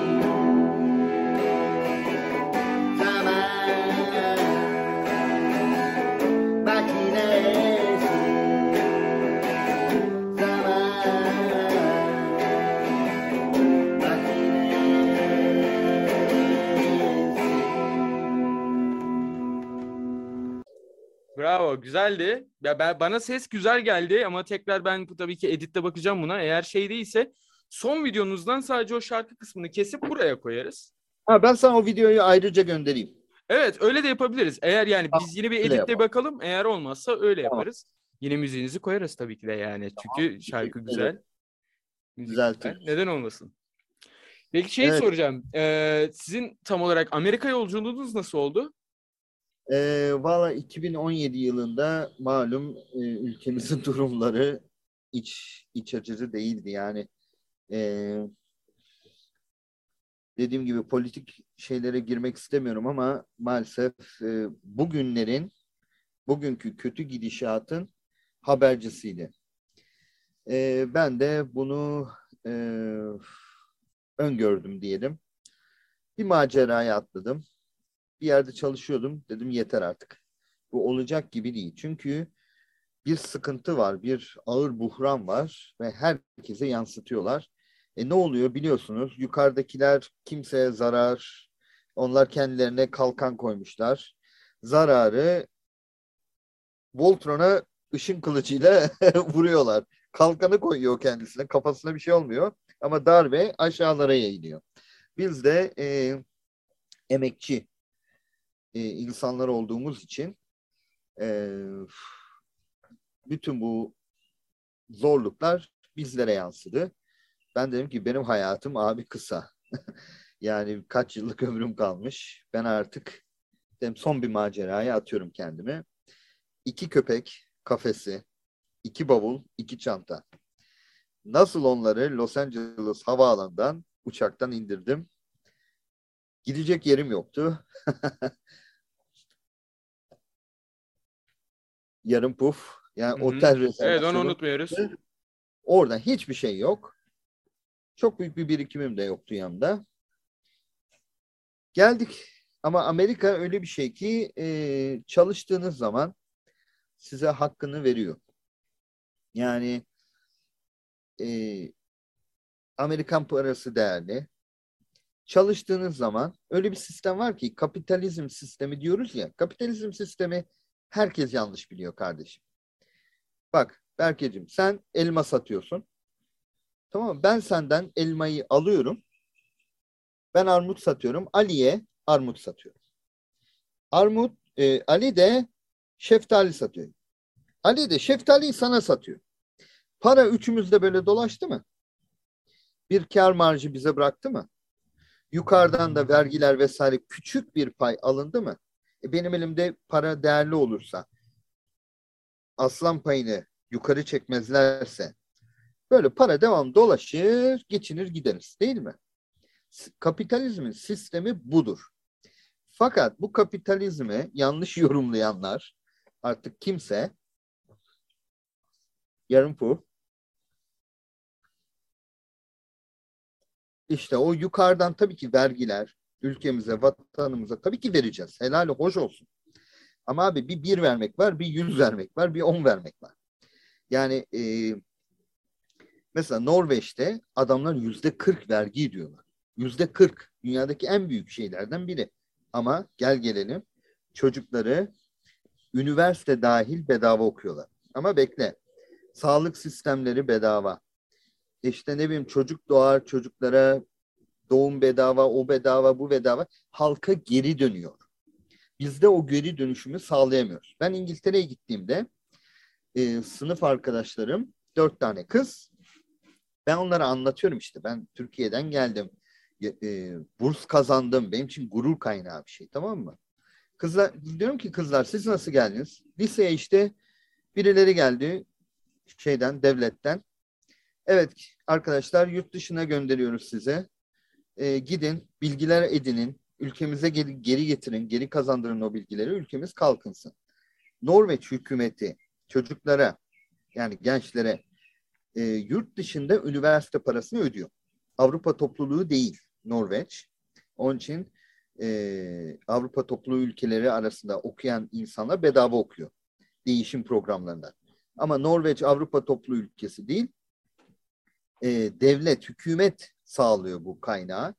zaman makinesi, Bravo, güzeldi. Ya bana ses güzel geldi ama tekrar ben tabii ki editte bakacağım buna. Eğer şey değilse son videonuzdan sadece o şarkı kısmını kesip buraya koyarız. Ha, ben sana o videoyu ayrıca göndereyim. Evet, öyle de yapabiliriz. Eğer yani Tamam, biz yine bir öyle editte yapalım. bakalım. Eğer olmazsa öyle Tamam. yaparız. Yine müziğinizi koyarız tabii ki de yani. Çünkü şarkı teşekkür güzel. ederim. Müzik Güzel güzel. Türk. Neden olmasın? Peki şey Evet. soracağım. Sizin tam olarak Amerika yolculuğunuz nasıl oldu? Valla 2017 yılında malum ülkemizin durumları iç açıcı değildi. Yani dediğim gibi politik şeylere girmek istemiyorum ama maalesef bugünkü kötü gidişatın habercisiydi. Ben de bunu öngördüm diyelim. Bir maceraya atladım. Bir yerde çalışıyordum. Dedim yeter artık. Bu olacak gibi değil. Çünkü bir sıkıntı var, bir ağır buhran var ve herkese yansıtıyorlar. Ne oluyor biliyorsunuz? Yukarıdakiler kimseye zarar, onlar kendilerine kalkan koymuşlar. Zararı Voltron'a ışın kılıcıyla vuruyorlar. Kalkanı koyuyor kendisine, kafasına bir şey olmuyor ama darbe aşağılara yayılıyor. Biz de emekçi insanlar olduğumuz için bütün bu zorluklar bizlere yansıdı. Ben dedim ki benim hayatım abi kısa. Yani kaç yıllık ömrüm kalmış. Ben artık dedim, son bir maceraya atıyorum kendimi. 2 köpek kafesi, 2 bavul, 2 çanta. Nasıl onları Los Angeles havaalanından uçaktan indirdim. Gidecek yerim yoktu. Yarım puf. Yani Hı hı. otel Evet, onu rezervasyonu. unutmuyoruz. Orada hiçbir şey yok. Çok büyük bir birikimim de yoktu yanımda. Geldik. Ama Amerika öyle bir şey ki çalıştığınız zaman size hakkını veriyor. Yani Amerikan parası değerli. Çalıştığınız zaman öyle bir sistem var ki kapitalizm sistemi diyoruz ya. Kapitalizm sistemi herkes yanlış biliyor kardeşim. Bak Berkeciğim sen elma satıyorsun. Tamam mı? Ben senden elmayı alıyorum. Ben armut satıyorum. Ali'ye armut satıyorum. Ali de şeftali satıyor. Ali de şeftaliyi sana satıyor. Para üçümüzde böyle dolaştı mı? Bir kar marjı bize bıraktı mı? Yukarıdan da vergiler vesaire küçük bir pay alındı mı? Benim elimde para değerli olursa, aslan payını yukarı çekmezlerse, böyle para devam dolaşır, geçinir gideriz değil mi? Kapitalizmin sistemi budur. Fakat bu kapitalizmi yanlış yorumlayanlar artık kimse yarım pu İşte o yukarıdan tabii ki vergiler ülkemize, vatanımıza tabii ki vereceğiz. Helal hoş olsun. Ama abi bir vermek var, bir 100 vermek var, bir 10 vermek var. Yani mesela Norveç'te adamlar %40 vergi ödüyorlar. %40 dünyadaki en büyük şeylerden biri. Ama gel gelelim çocukları üniversite dahil bedava okuyorlar. Ama bekle. Sağlık sistemleri bedava. İşte ne bileyim çocuk doğar çocuklara doğum bedava, o bedava, bu bedava. Halka geri dönüyor. Biz de o geri dönüşümü sağlayamıyoruz. Ben İngiltere'ye gittiğimde sınıf arkadaşlarım 4 tane kız. Ben onlara anlatıyorum işte. Ben Türkiye'den geldim. Burs kazandım. Benim için gurur kaynağı bir şey, tamam mı? Kızlar, diyorum ki kızlar siz nasıl geldiniz? Liseye işte birileri geldi devletten. Evet arkadaşlar yurt dışına gönderiyoruz size. Gidin bilgiler edinin. Ülkemize geri getirin. Geri kazandırın o bilgileri. Ülkemiz kalkınsın. Norveç hükümeti çocuklara yani gençlere yurt dışında üniversite parasını ödüyor. Avrupa topluluğu değil Norveç. Onun için Avrupa topluluğu ülkeleri arasında okuyan insanlar bedava okuyor. Değişim programlarından. Ama Norveç Avrupa topluluğu ülkesi değil. Devlet, hükümet sağlıyor bu kaynağı.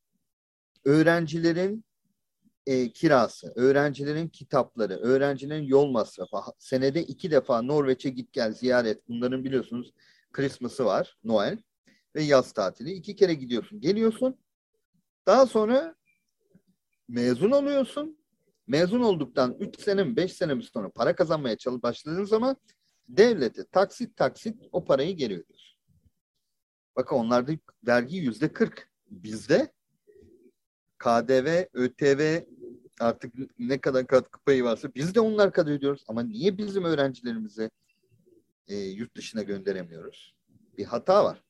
Öğrencilerin kirası, öğrencilerin kitapları, öğrencilerin yol masrafı. Senede 2 defa Norveç'e git gel ziyaret. Bunların biliyorsunuz Christmas'ı var, Noel ve yaz tatili. 2 kere gidiyorsun, geliyorsun. Daha sonra mezun oluyorsun. Mezun olduktan 3 sene mi 5 sene mi sonra para kazanmaya başladığın zaman devlete taksit taksit o parayı geri ödüyorsun. Bakın onlarda vergi %40. Bizde KDV, ÖTV artık ne kadar katkı payı varsa biz de onlar kadar ödüyoruz. Ama niye bizim öğrencilerimizi yurt dışına gönderemiyoruz? Bir hata var.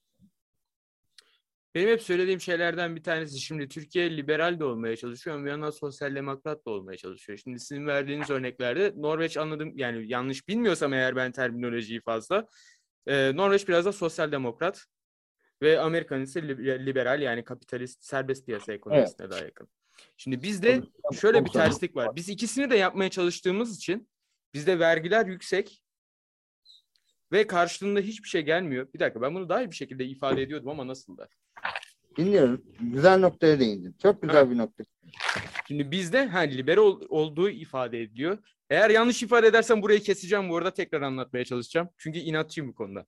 Benim hep söylediğim şeylerden bir tanesi, şimdi Türkiye liberal de olmaya çalışıyor, bir yandan sosyal demokrat da olmaya çalışıyor. Şimdi sizin verdiğiniz örneklerde Norveç, anladım yani, yanlış bilmiyorsam eğer ben terminolojiyi fazla, Norveç biraz da sosyal demokrat ve Amerika'nın ise liberal, yani kapitalist serbest piyasa ekonomisine daha yakın. Şimdi bizde şöyle bir terslik var. Biz ikisini de yapmaya çalıştığımız için bizde vergiler yüksek ve karşılığında hiçbir şey gelmiyor. Bir dakika, ben bunu daha iyi bir şekilde ifade ediyordum ama nasıl da? Dinliyorum. Güzel noktaya değindin. Çok güzel bir nokta. Şimdi bizde liberal olduğu ifade ediliyor. Eğer yanlış ifade edersem burayı keseceğim, bu arada tekrar anlatmaya çalışacağım. Çünkü inatçıyım bu konuda.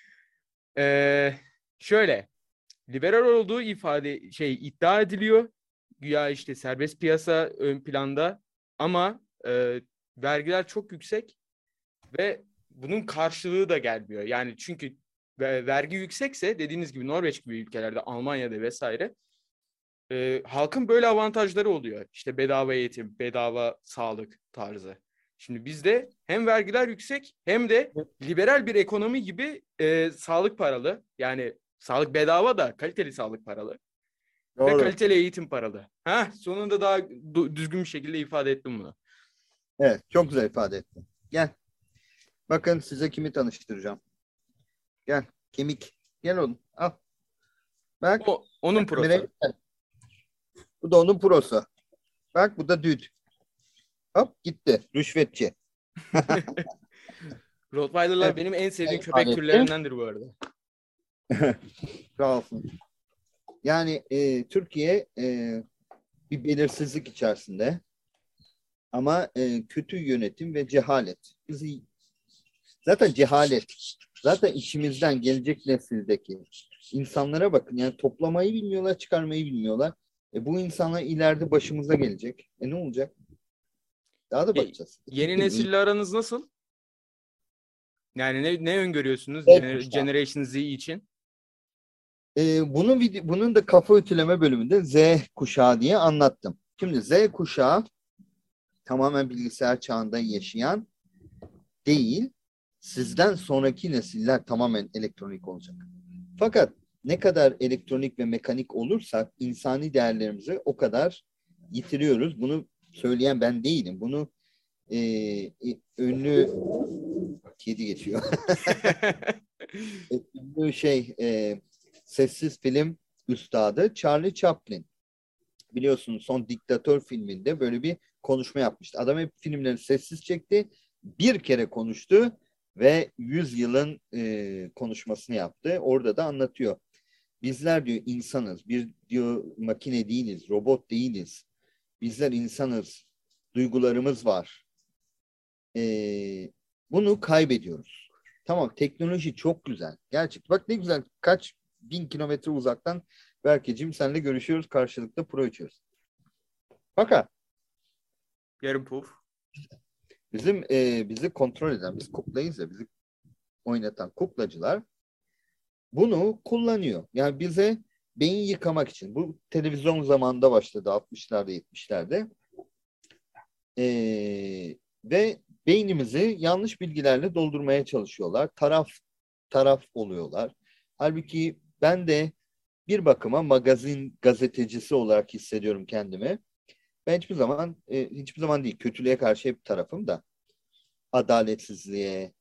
Şöyle, liberal olduğu iddia ediliyor. Güya işte serbest piyasa ön planda ama vergiler çok yüksek ve bunun karşılığı da gelmiyor. Yani çünkü vergi yüksekse, dediğiniz gibi Norveç gibi ülkelerde, Almanya'da vesaire, halkın böyle avantajları oluyor. İşte bedava eğitim, bedava sağlık tarzı. Şimdi bizde hem vergiler yüksek hem de liberal bir ekonomi gibi sağlık paralı. Yani sağlık bedava da kaliteli sağlık paralı. Ve Doğru. kaliteli eğitim paralı. Sonunda daha düzgün bir şekilde ifade ettim bunu. Evet, çok güzel ifade ettin. Gel. Bakın size kimi tanıştıracağım. Gel. Kemik. Gel oğlum. Al. Bak. Onun prosu. Bu da onun prosu. Bak bu da düd. Hop gitti. Rüşvetçi. Rottweiler'lar Evet. benim en sevdiğim köpek ifade türlerindendir bu arada. Sağ olsun. Yani Türkiye bir belirsizlik içerisinde ama kötü yönetim ve cehalet. Zaten cehalet. Zaten işimizden gelecek nesildeki insanlara bakın. Yani toplamayı bilmiyorlar, çıkarmayı bilmiyorlar. Bu insanlar ileride başımıza gelecek. Ne olacak? Daha da bakacağız. Yeni nesille aranız nasıl? Yani ne öngörüyorsunuz Generation Z için? Bunun da kafa ütüleme bölümünde Z kuşağı diye anlattım. Şimdi Z kuşağı tamamen bilgisayar çağında yaşayan değil, sizden sonraki nesiller tamamen elektronik olacak. Fakat ne kadar elektronik ve mekanik olursak insani değerlerimizi o kadar yitiriyoruz. Bunu söyleyen ben değilim. Bunu ünlü kedi geçiyor. Ünlü sessiz film üstadı Charlie Chaplin. Biliyorsunuz son Diktatör filminde böyle bir konuşma yapmıştı. Adam hep filmlerini sessiz çekti. Bir kere konuştu ve 100 yılın konuşmasını yaptı. Orada da anlatıyor. Bizler diyor insanız. Bir diyor makine değiliz, robot değiliz. Bizler insanız. Duygularımız var. Bunu kaybediyoruz. Tamam, teknoloji çok güzel. Gerçek. Bak ne güzel, kaç bin kilometre uzaktan Berkeciğim senle görüşüyoruz. Karşılıklı pro içiyoruz. Fakat Yarım puf. bizi kontrol eden, biz kuklayız ya, bizi oynatan kuklacılar bunu kullanıyor. Yani bize beyin yıkamak için. Bu televizyon zamanında başladı 60'larda 70'lerde. Ve beynimizi yanlış bilgilerle doldurmaya çalışıyorlar. Taraf oluyorlar. Halbuki ben de bir bakıma magazin gazetecisi olarak hissediyorum kendimi. Ben hiçbir zaman değil, kötülüğe karşı hep tarafım da. Adaletsizliğe,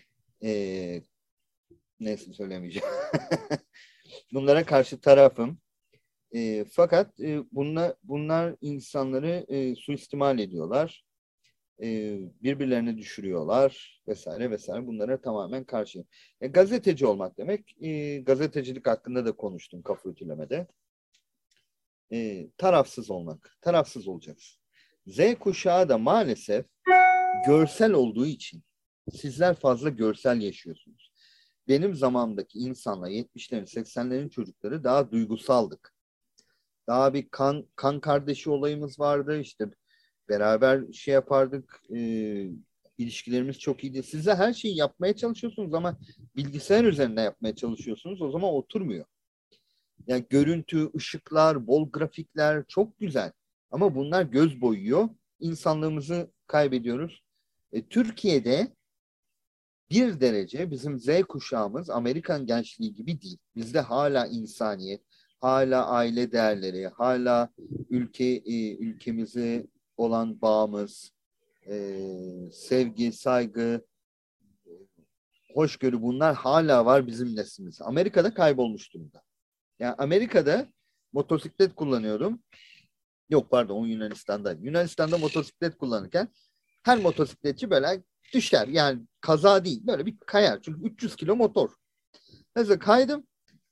neyse söylemeyeceğim. Bunlara karşı tarafım. Fakat bunlar insanları suistimal ediyorlar. Birbirlerini düşürüyorlar vesaire vesaire. Bunlara tamamen karşıyım. Gazeteci olmak demek, gazetecilik hakkında da konuştum kafa ütülemede. Tarafsız olmak, tarafsız olacaksın. Z kuşağı da maalesef görsel olduğu için sizler fazla görsel yaşıyorsunuz. Benim zamanımdaki insanlar 70'lerin 80'lerin çocukları daha duygusaldık. Daha bir kan kardeşi olayımız vardı. İşte beraber şey yapardık. İlişkilerimiz çok iyiydi. Siz de her şeyi yapmaya çalışıyorsunuz ama bilgisayar üzerinde yapmaya çalışıyorsunuz. O zaman oturmuyor. Yani görüntü, ışıklar, bol grafikler çok güzel. Ama bunlar göz boyuyor. İnsanlığımızı kaybediyoruz. Türkiye'de bir derece bizim Z kuşağımız Amerikan gençliği gibi değil. Bizde hala insaniyet, hala aile değerleri, hala ülkemize olan bağımız, sevgi, saygı, hoşgörü, bunlar hala var bizim neslimiz. Amerika'da kaybolmuş durumda. Yani Amerika'da motosiklet kullanıyorum. Yok pardon, o Yunanistan'da. Yunanistan'da motosiklet kullanırken her motosikletçi böyle düşer. Yani kaza değil, böyle bir kayar. Çünkü 300 kilo motor. Neyse kaydım.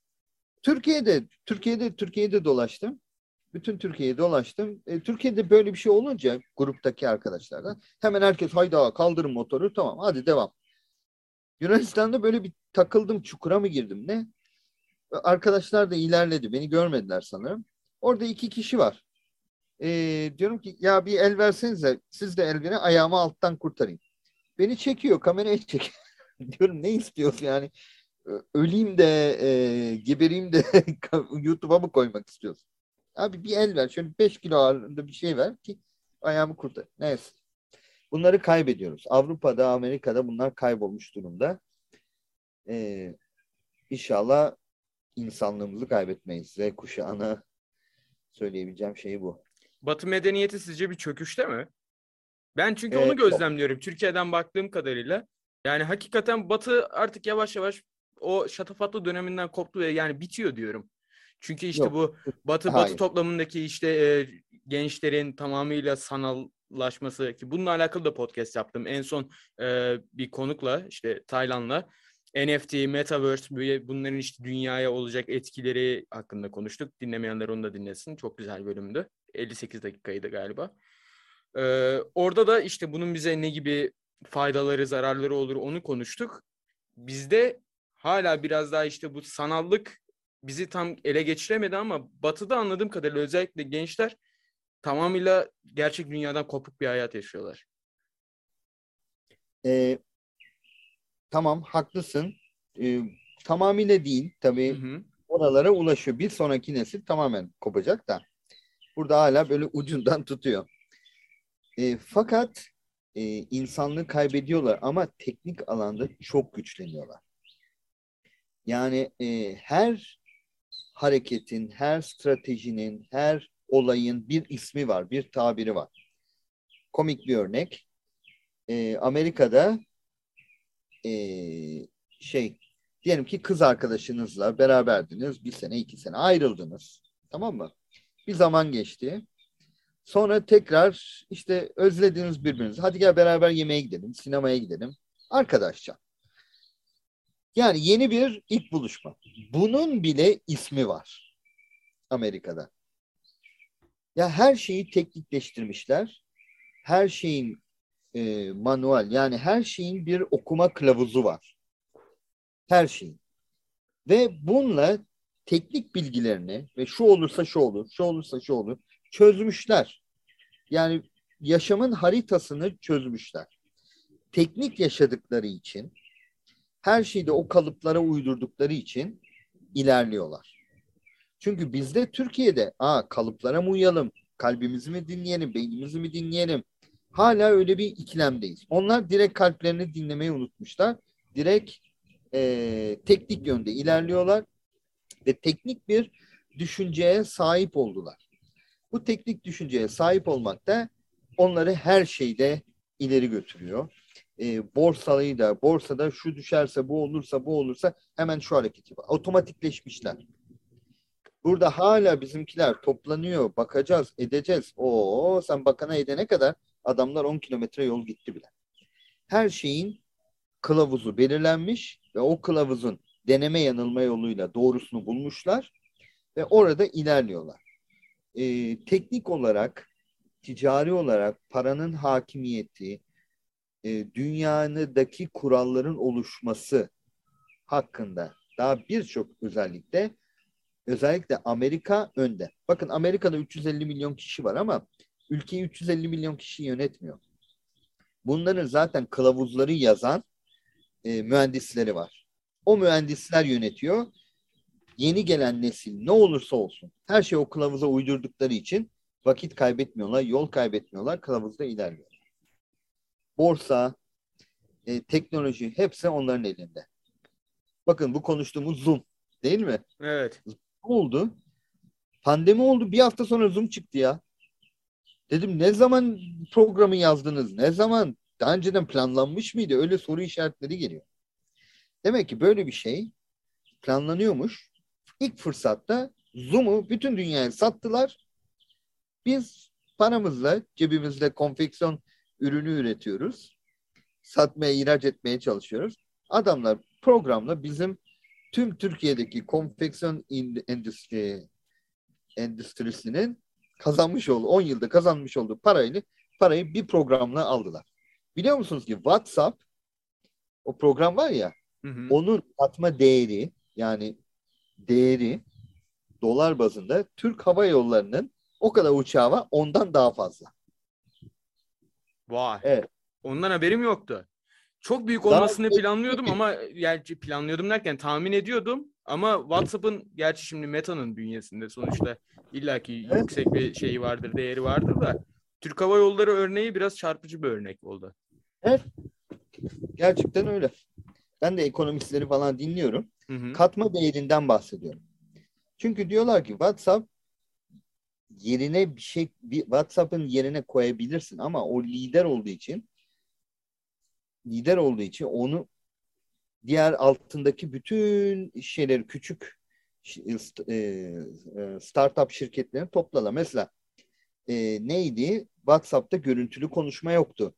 Türkiye'de dolaştım. Bütün Türkiye'yi dolaştım. Türkiye'de böyle bir şey olunca gruptaki arkadaşlardan hemen herkes hayda kaldırın motoru, tamam hadi devam. Yunanistan'da böyle bir takıldım, çukura mı girdim ne? Arkadaşlar da ilerledi. Beni görmediler sanırım. Orada 2 kişi var. Diyorum ki ya bir el versenize. Siz de el verin, ayağımı alttan kurtarayım. Beni çekiyor, kameraya çekiyor. Diyorum ne istiyorsun yani? Öleyim de gebereyim de YouTube'a mı koymak istiyorsun? Abi bir el ver. Şöyle 5 kilo ağırlığında bir şey ver ki ayağımı kurtar. Neyse. Bunları kaybediyoruz. Avrupa'da, Amerika'da bunlar kaybolmuş durumda. İnşallah insanlığımızı kaybetmeyiz. Z kuşağına söyleyebileceğim şey bu. Batı medeniyeti sizce bir çöküşte mi? Ben çünkü onu Yok. gözlemliyorum Türkiye'den baktığım kadarıyla. Yani hakikaten Batı artık yavaş yavaş o şatafatlı döneminden koptu ve yani bitiyor diyorum. Çünkü işte Yok. bu Batı Hayır. toplamındaki işte gençlerin tamamıyla sanallaşması, ki bununla alakalı da podcast yaptım. En son bir konukla, işte Taylan'la, NFT, Metaverse, bunların işte dünyaya olacak etkileri hakkında konuştuk. Dinlemeyenler onu da dinlesin. Çok güzel bölümdü. 58 dakikaydı galiba. Orada da işte bunun bize ne gibi faydaları, zararları olur onu konuştuk. Bizde hala biraz daha işte bu sanallık bizi tam ele geçiremedi ama Batı'da anladığım kadarıyla özellikle gençler tamamıyla gerçek dünyadan kopuk bir hayat yaşıyorlar. Tamam haklısın. Tamamıyla değil tabii, Hı hı. oralara ulaşıyor. Bir sonraki nesil tamamen kopacak da burada hala böyle ucundan tutuyor. Fakat insanlığı kaybediyorlar ama teknik alanda çok güçleniyorlar. Yani her hareketin, her stratejinin, her olayın bir ismi var, bir tabiri var. Komik bir örnek. Amerika'da şey Diyelim ki kız arkadaşınızla beraberdiniz. 1 sene, 2 sene ayrıldınız. Tamam mı? Bir zaman geçti. Sonra tekrar işte özlediniz birbirinizi. Hadi gel beraber yemeğe gidelim, sinemaya gidelim. Arkadaşça. Yani yeni bir ilk buluşma. Bunun bile ismi var Amerika'da. Ya her şeyi teknikleştirmişler. Her şeyin manuel, yani her şeyin bir okuma kılavuzu var. Her şeyin. Ve bununla teknik bilgilerini ve şu olursa şu olur, şu olursa şu olur çözmüşler. Yani yaşamın haritasını çözmüşler. Teknik yaşadıkları için, her şeyi de o kalıplara uydurdukları için ilerliyorlar. Çünkü bizde Türkiye'de kalıplara mı uyalım, kalbimizi mi dinleyelim, beynimizi mi dinleyelim? Hala öyle bir ikilemdeyiz. Onlar direkt kalplerini dinlemeyi unutmuşlar. Direkt teknik yönde ilerliyorlar ve teknik bir düşünceye sahip oldular. Bu teknik düşünceye sahip olmak da onları her şeyde ileri götürüyor. Borsada şu düşerse bu olursa bu olursa hemen şu hareketi var. Otomatikleşmişler. Burada hala bizimkiler toplanıyor, bakacağız, edeceğiz. Sen bakana edene kadar adamlar 10 kilometre yol gitti bile. Her şeyin kılavuzu belirlenmiş ve o kılavuzun deneme yanılma yoluyla doğrusunu bulmuşlar ve orada ilerliyorlar. Teknik olarak, ticari olarak paranın hakimiyeti, dünyadaki kuralların oluşması hakkında daha birçok özellikle Amerika önde. Bakın Amerika'da 350 milyon kişi var ama ülkeyi 350 milyon kişi yönetmiyor. Bunların zaten kılavuzları yazan mühendisleri var. O mühendisler yönetiyor. Yeni gelen nesil ne olursa olsun her şeyi o kılavuza uydurdukları için vakit kaybetmiyorlar, yol kaybetmiyorlar, kılavuzda ilerliyorlar. Borsa, teknoloji hepsi onların elinde. Bakın bu konuştuğumuz Zoom değil mi? Evet. Ne oldu? Pandemi oldu. Bir hafta sonra Zoom çıktı ya. Dedim ne zaman programı yazdınız? Ne zaman? Daha önceden planlanmış mıydı? Öyle soru işaretleri geliyor. Demek ki böyle bir şey planlanıyormuş. İlk fırsatta Zoom'u bütün dünyaya sattılar. Biz paramızla, cebimizde konfeksiyon ürünü üretiyoruz. Satmaya, ihraç etmeye çalışıyoruz. Adamlar programla bizim tüm Türkiye'deki konfeksiyon endüstrisinin 10 yılda kazanmış olduğu parayı bir programla aldılar. Biliyor musunuz ki WhatsApp, o program var ya, Hı hı. onun katma değeri, yani değeri dolar bazında Türk Hava Yolları'nın o kadar uçağı var, ondan daha fazla. Vay. Evet. Ondan haberim yoktu. Çok büyük Daha olmasını planlıyordum ama gerçi planlıyordum derken tahmin ediyordum. Ama WhatsApp'ın gerçi şimdi Meta'nın bünyesinde sonuçta illaki Evet. yüksek bir şeyi vardır, değeri vardır da Türk Hava Yolları örneği biraz çarpıcı bir örnek oldu. Evet. Gerçekten öyle. Ben de ekonomistleri falan dinliyorum. Hı hı. Katma değerinden bahsediyorum. Çünkü diyorlar ki yerine WhatsApp'ın yerine koyabilirsin ama o lider olduğu için onu diğer altındaki bütün şeyleri küçük startup şirketlerini topladı. Mesela neydi? WhatsApp'ta görüntülü konuşma yoktu.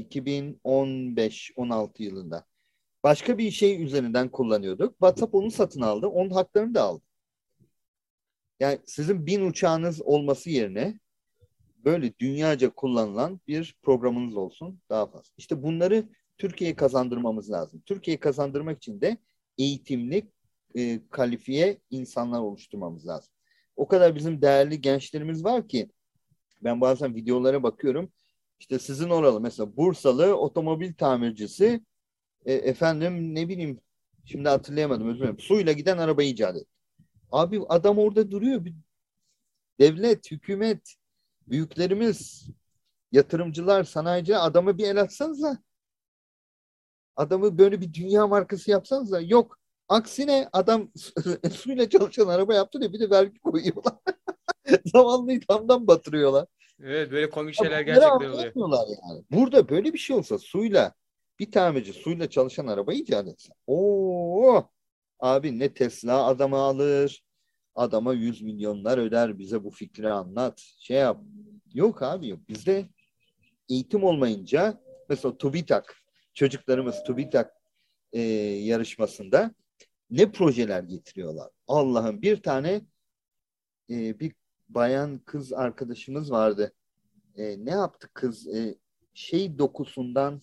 2015-16 yılında. Başka bir şey üzerinden kullanıyorduk. WhatsApp onu satın aldı. Onun haklarını da aldı. Yani sizin 1000 uçağınız olması yerine böyle dünyaca kullanılan bir programınız olsun daha fazla. İşte bunları Türkiye'ye kazandırmamız lazım. Türkiye'ye kazandırmak için de eğitimli, kalifiye insanlar oluşturmamız lazım. O kadar bizim değerli gençlerimiz var ki ben bazen videolara bakıyorum. İşte sizin oralı mesela Bursalı otomobil tamircisi efendim ne bileyim şimdi hatırlayamadım özür dilerim. Suyla giden arabayı icat etti. Abi adam orada duruyor. Devlet, hükümet, büyüklerimiz, yatırımcılar, sanayiciler adamı bir el atsanıza. Adamı böyle bir dünya markası yapsanıza. Yok. Aksine adam suyla çalışan araba yaptı diye bir de vergi koyuyorlar. Zavallı damdan batırıyorlar. Evet, böyle komik Ya şeyler bunları gerçekten oluyor. anlayamıyorlar yani. Burada böyle bir şey olsa bir tamirci suyla çalışan arabayı icat etse. Oo, Abi ne Tesla adamı alır, adama 100 milyonlar öder, bize bu fikri anlat, şey yap. Yok abi yok. Bizde eğitim olmayınca mesela TÜBİTAK, çocuklarımız TÜBİTAK yarışmasında ne projeler getiriyorlar. Allah'ım bir tane bir bayan kız arkadaşımız vardı. Ne yaptı kız? Şey dokusundan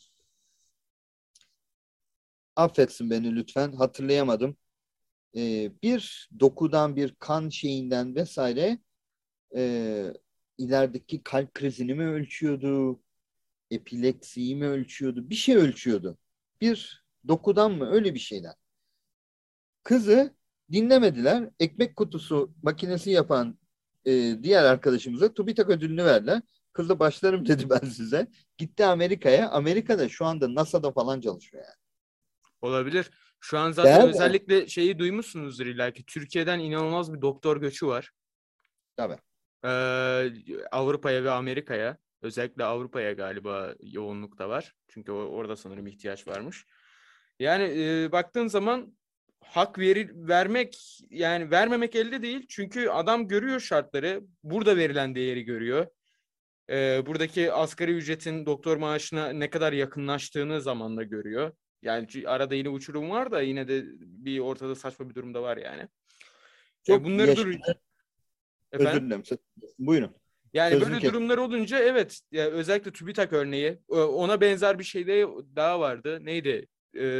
affetsin beni lütfen hatırlayamadım. Bir dokudan bir kan şeyinden vesaire e, ilerideki kalp krizini mi ölçüyordu? Epilepsiyi mi ölçüyordu? Bir şey ölçüyordu. Bir dokudan mı? Öyle bir şeyler. Kızı dinlemediler. Ekmek kutusu makinesi yapan diğer arkadaşımıza TÜBİTAK ödülünü verdiler. Kız da başlarım dedi ben size. Gitti Amerika'ya. Amerika'da şu anda NASA'da falan çalışıyor yani. Olabilir. Şu an zaten Değer mi? özellikle şeyi duymuşsunuzdur illa ki. Türkiye'den inanılmaz bir doktor göçü var. Tabii. Avrupa'ya ve Amerika'ya. Özellikle Avrupa'ya galiba yoğunlukta var. Çünkü orada sanırım ihtiyaç varmış. Yani baktığın zaman vermek yani vermemek elde değil. Çünkü adam görüyor şartları. Burada verilen değeri görüyor. Buradaki asgari ücretin doktor maaşına ne kadar yakınlaştığını zamanla görüyor. Yani arada yine uçurum var da yine de bir ortada saçma bir durumda var yani. Çok Bunları özür efendim. dilerim. Buyurun. Yani Sözünü böyle kes. durumlar olunca evet özellikle TÜBİTAK örneği ona benzer bir şey de daha vardı. Neydi?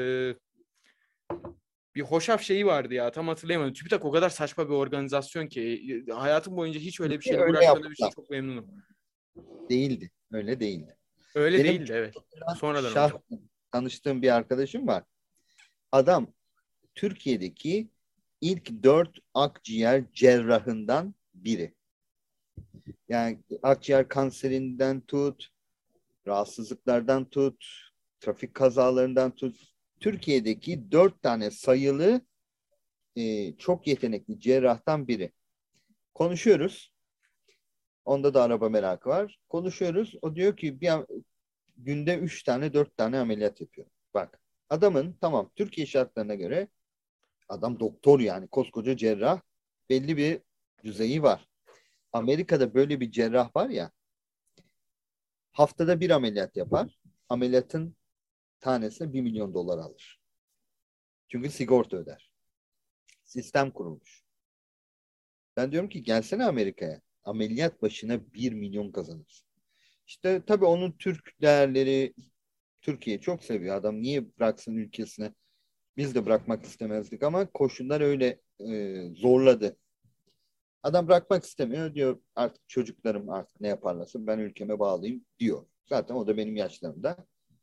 Bir hoşaf şeyi vardı ya tam hatırlayamadım. TÜBİTAK o kadar saçma bir organizasyon ki hayatım boyunca hiç öyle bir şeyle Öyle uğraşmadığım için yaptılar. çok memnunum. Değildi. Öyle değildi. Öyle Benim değildi evet. Sonradan şah oldu. tanıştığım bir arkadaşım var. Adam Türkiye'deki ilk 4 akciğer cerrahından biri. Yani akciğer kanserinden tut, rahatsızlıklardan tut, trafik kazalarından tut. Türkiye'deki 4 tane sayılı çok yetenekli cerrahtan biri. Konuşuyoruz. Onda da araba merakı var. Konuşuyoruz. O diyor ki günde 3 tane 4 tane ameliyat yapıyor. Bak adamın tamam Türkiye şartlarına göre adam doktor yani koskoca cerrah belli bir düzeyi var. Amerika'da böyle bir cerrah var ya haftada bir ameliyat yapar. Ameliyatın tanesine 1 milyon dolar alır. Çünkü sigorta öder. Sistem kurulmuş. Ben diyorum ki gelsene Amerika'ya. Ameliyat başına 1 milyon kazanırsın. İşte tabii onun Türk değerleri Türkiye çok seviyor. Adam niye bıraksın ülkesine? Biz de bırakmak istemezdik ama koşullar öyle zorladı. Adam bırakmak istemiyor. Diyor artık çocuklarım artık ne yaparlarsa ben ülkeme bağlıyım diyor. Zaten o da benim yaşlarımda.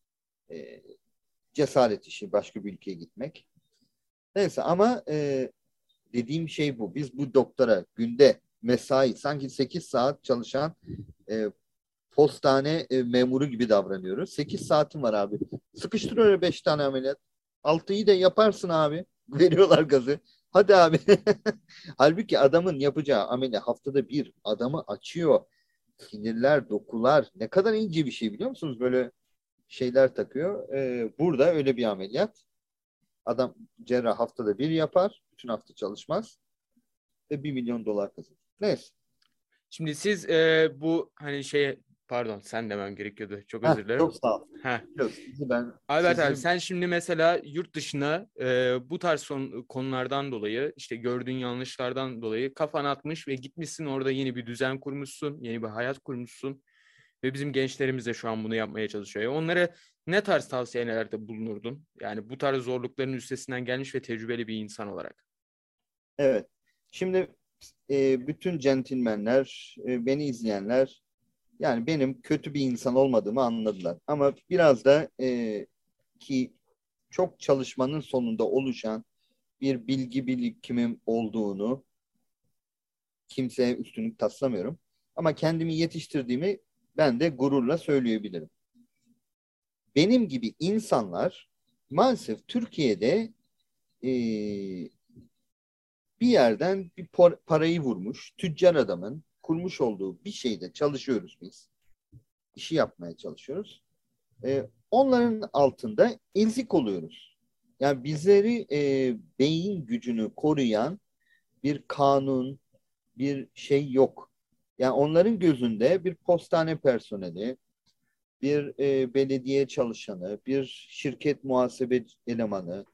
E, Cesaret işi başka bir ülkeye gitmek. Neyse ama dediğim şey bu. Biz bu doktora günde mesai sanki 8 saat çalışan e, postane memuru gibi davranıyoruz. 8 saatin var abi. Sıkıştır öyle 5 tane ameliyat. 6'yı da yaparsın abi. Veriyorlar gazı. Hadi abi. Halbuki adamın yapacağı ameliyat haftada bir adamı açıyor. Sinirler, dokular ne kadar ince bir şey biliyor musunuz? Böyle şeyler takıyor. Burada öyle bir ameliyat. Adam cerrah haftada bir yapar. Bütün hafta çalışmaz. Ve 1 milyon dolar kazanır. Neyse. Şimdi siz bu hani pardon sen demem gerekiyordu. Çok Heh, özür dilerim. çok sağ ol. Heh. Ben Albert abi sizi sen şimdi mesela yurt dışına bu tarz konulardan dolayı işte gördüğün yanlışlardan dolayı kafan atmış ve gitmişsin orada yeni bir düzen kurmuşsun, yeni bir hayat kurmuşsun ve bizim gençlerimiz de şu an bunu yapmaya çalışıyor. Onlara ne tarz tavsiyelerde bulunurdun? Yani bu tarz zorlukların üstesinden gelmiş ve tecrübeli bir insan olarak. evet. Şimdi bütün centilmenler, beni izleyenler yani benim kötü bir insan olmadığımı anladılar. Ama biraz da ki çok çalışmanın sonunda oluşan bir bilgi birikimim olduğunu kimseye üstünlük taslamıyorum. Ama kendimi yetiştirdiğimi ben de gururla söyleyebilirim. Benim gibi insanlar maalesef Türkiye'de e, bir yerden bir parayı vurmuş, tüccar adamın kurmuş olduğu bir şeyde çalışıyoruz biz. İşi yapmaya çalışıyoruz. Onların altında ezik oluyoruz. Yani bizleri beyin gücünü koruyan bir kanun, bir şey yok. Yani onların gözünde bir postane personeli, bir belediye çalışanı, bir şirket muhasebe elemanı,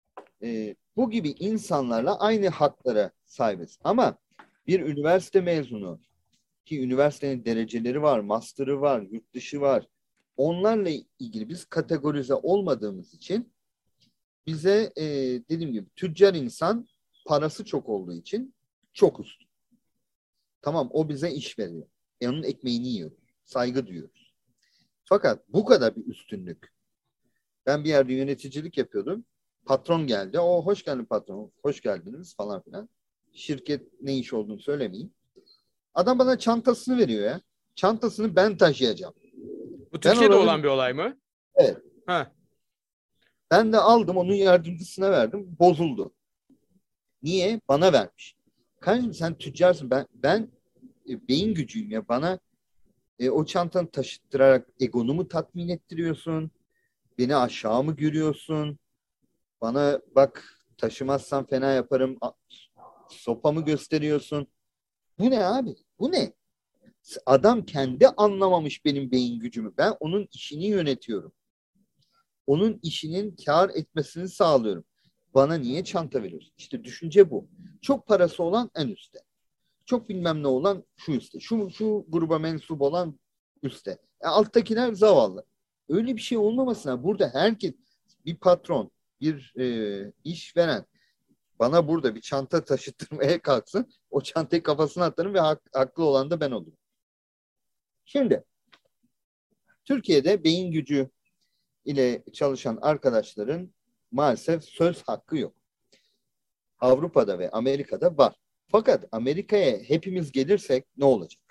bu gibi insanlarla aynı haklara sahibiz. Ama bir üniversite mezunu, ki üniversitenin dereceleri var, master'ı var, yurt dışı var. Onlarla ilgili biz kategorize olmadığımız için bize dediğim gibi tüccar insan parası çok olduğu için çok üstün. Tamam, o bize iş veriyor. Onun ekmeğini yiyor. Saygı duyuyoruz. Fakat bu kadar bir üstünlük. Ben bir yerde yöneticilik yapıyordum. Patron geldi. O hoş geldin patron. Hoş geldiniz falan filan. Şirket ne iş olduğunu söylemeyeyim. Adam bana çantasını veriyor ya. Çantasını ben taşıyacağım. Bu Ben Türkiye'de oranın olan bir olay mı? evet. Ha. Ben de aldım onun yardımcısına verdim. Bozuldu. Niye? Bana vermiş. Kardeşim sen tüccarsın. Ben beyin gücüyüm ya. Bana o çantanı taşıttırarak egonu mu tatmin ettiriyorsun? Beni aşağı mı görüyorsun? Bana bak taşımazsan fena yaparım. Sopa mı gösteriyorsun? Bu ne abi? Bu ne? Adam kendi anlamamış benim beyin gücümü. Ben onun işini yönetiyorum. Onun işinin kar etmesini sağlıyorum. Bana niye çanta veriyorsun? İşte düşünce bu. Çok parası olan en üstte. Çok bilmem ne olan şu üstte. Şu gruba mensup olan üstte. Alttakiler zavallı. Öyle bir şey olmamasına burada herkes bir patron, bir işveren bana burada bir çanta taşıtırmaya kalksın. O çantayı kafasına atarım ve haklı olan da ben olurum. Şimdi Türkiye'de beyin gücü ile çalışan arkadaşların maalesef söz hakkı yok. Avrupa'da ve Amerika'da var. Fakat Amerika'ya hepimiz gelirsek ne olacak?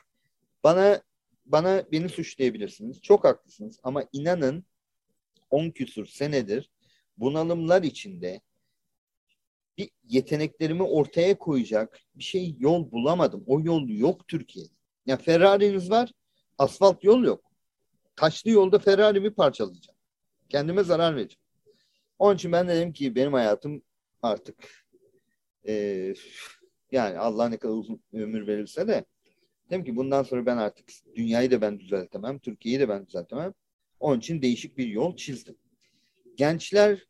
Beni suçlayabilirsiniz. Çok haklısınız ama inanın 10 küsur senedir bunalımlar içinde bir yeteneklerimi ortaya koyacak bir şey yol bulamadım. O yol yok Türkiye'de. Ya Ferrari'niz var, asfalt yol yok. Taşlı yolda Ferrari'mi parçalayacağım. Kendime zarar vereceğim. Onun için ben dedim ki benim hayatım artık e, yani Allah ne kadar uzun ömür verirse de dedim ki bundan sonra ben artık dünyayı da ben düzeltemem, Türkiye'yi de ben düzeltemem. Onun için değişik bir yol çizdim. Gençler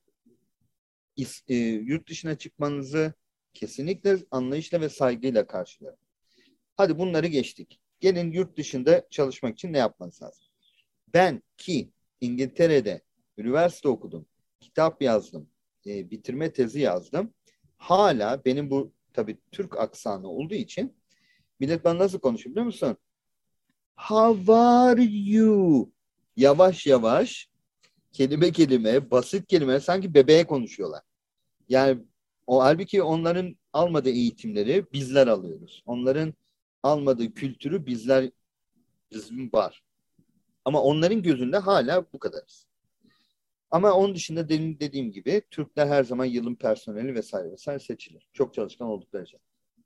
yurt dışına çıkmanızı kesinlikle anlayışla ve saygıyla karşılarım. Hadi bunları geçtik. Gelin yurt dışında çalışmak için ne yapmanız lazım? Ben ki İngiltere'de üniversite okudum, kitap yazdım, bitirme tezi yazdım. Hala benim bu tabii Türk aksanı olduğu için millet bana nasıl konuşuyor biliyor musun? How are you? Yavaş yavaş, kelime kelime, basit kelime sanki bebeğe konuşuyorlar. Yani halbuki onların almadığı eğitimleri bizler alıyoruz. Onların almadığı kültürü bizim var. Ama onların gözünde hala bu kadarız. Ama onun dışında dediğim gibi Türkler her zaman yılın personeli vesaire vesaire seçilir. Çok çalışkan oldukları için.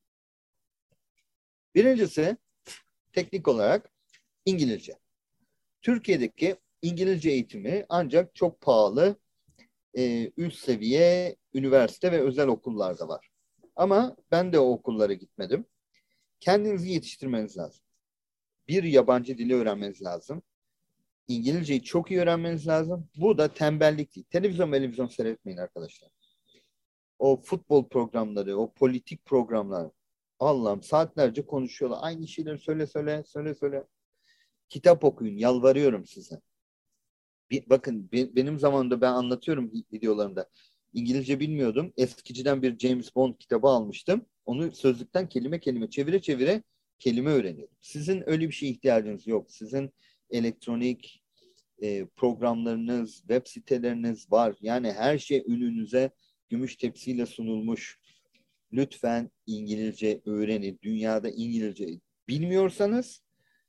Birincisi teknik olarak İngilizce. Türkiye'deki İngilizce eğitimi ancak çok pahalı üst seviye üniversite ve özel okullarda var. Ama ben de o okullara gitmedim. Kendinizi yetiştirmeniz lazım. Bir yabancı dili öğrenmeniz lazım. İngilizceyi çok iyi öğrenmeniz lazım. Bu da tembellik değil. Televizyon seyretmeyin arkadaşlar. O futbol programları, o politik programlar. Allah'ım saatlerce konuşuyorlar. Aynı şeyleri söyle. Kitap okuyun. Yalvarıyorum size. Bakın benim zamanımda ben anlatıyorum videolarımda. İngilizce bilmiyordum. Eskiciden bir James Bond kitabı almıştım. Onu sözlükten kelime kelime çevire kelime öğreniyorum. Sizin öyle bir şeye ihtiyacınız yok. Sizin elektronik programlarınız, web siteleriniz var. Yani her şey önünüze gümüş tepsiyle sunulmuş. Lütfen İngilizce öğrenin. Dünyada İngilizce bilmiyorsanız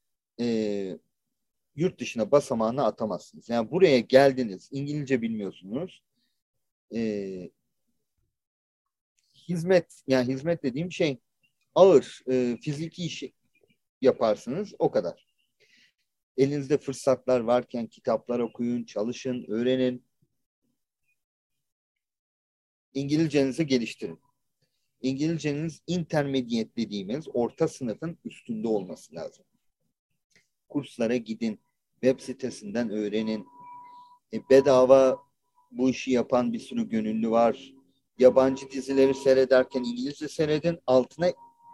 yurt dışına basamağını atamazsınız. Yani buraya geldiniz, İngilizce bilmiyorsunuz. Hizmet dediğim şey ağır, fiziki iş yaparsınız o kadar. Elinizde fırsatlar varken kitaplar okuyun, çalışın, öğrenin. İngilizcenizi geliştirin. İngilizceniz intermediate dediğimiz orta sınıfın üstünde olması lazım. Kurslara gidin, web sitesinden öğrenin. Bedava bu işi yapan bir sürü gönüllü var. Yabancı dizileri seyrederken İngilizce seyredin. Altına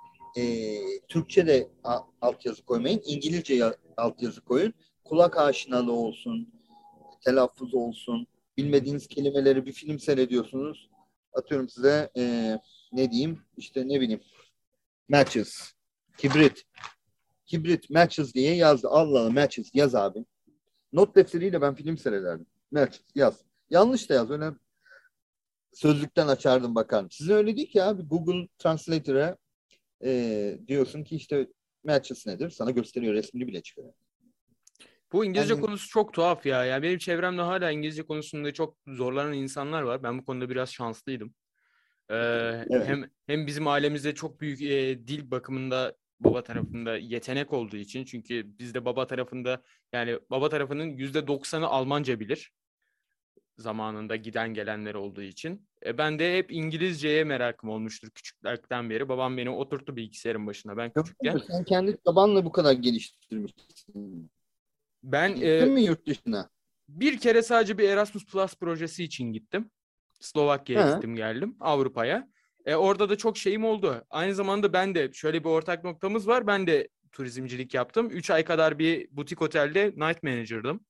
Türkçe de altyazı koymayın. İngilizce altyazı koyun. Kulak aşinalığı olsun, telaffuz olsun. Bilmediğiniz kelimeleri bir film seyrediyorsunuz. Atıyorum size ne diyeyim? İşte ne bileyim. Matches. Kibrit. Kibrit matches diye yazdı. Allah Allah matches yaz abi. Not defteriyle ben film seyrederdim. Matches yaz. Yanlış da yaz. Öyle sözlükten açardım bakarım. Sizin öyle değil ki abi. Google Translator'a diyorsun ki işte matches nedir? Sana gösteriyor. Resmini bile çıkarıyor. Bu İngilizce Yani, konusu çok tuhaf ya. Yani benim çevremde hala İngilizce konusunda çok zorlanan insanlar var. Ben bu konuda biraz şanslıydım. evet. Hem bizim ailemizde çok büyük dil bakımında baba tarafında yetenek olduğu için, çünkü bizde baba tarafında, yani baba tarafının %90'ı Almanca bilir zamanında giden gelenler olduğu için. Ben de hep İngilizceye merakım olmuştur küçüklerden beri. Babam beni oturttu bilgisayarın başına ben küçükken. Sen kendi tabanla bu kadar geliştirmişsin. Ben Gittin mi yurt dışına? bir kere sadece bir Erasmus Plus projesi için gittim. Slovakya'ya Ha. gittim geldim Avrupa'ya. Orada da çok şeyim oldu. Aynı zamanda ben de şöyle bir ortak noktamız var. Ben de turizmcilik yaptım. 3 ay kadar bir butik otelde night manager'dım.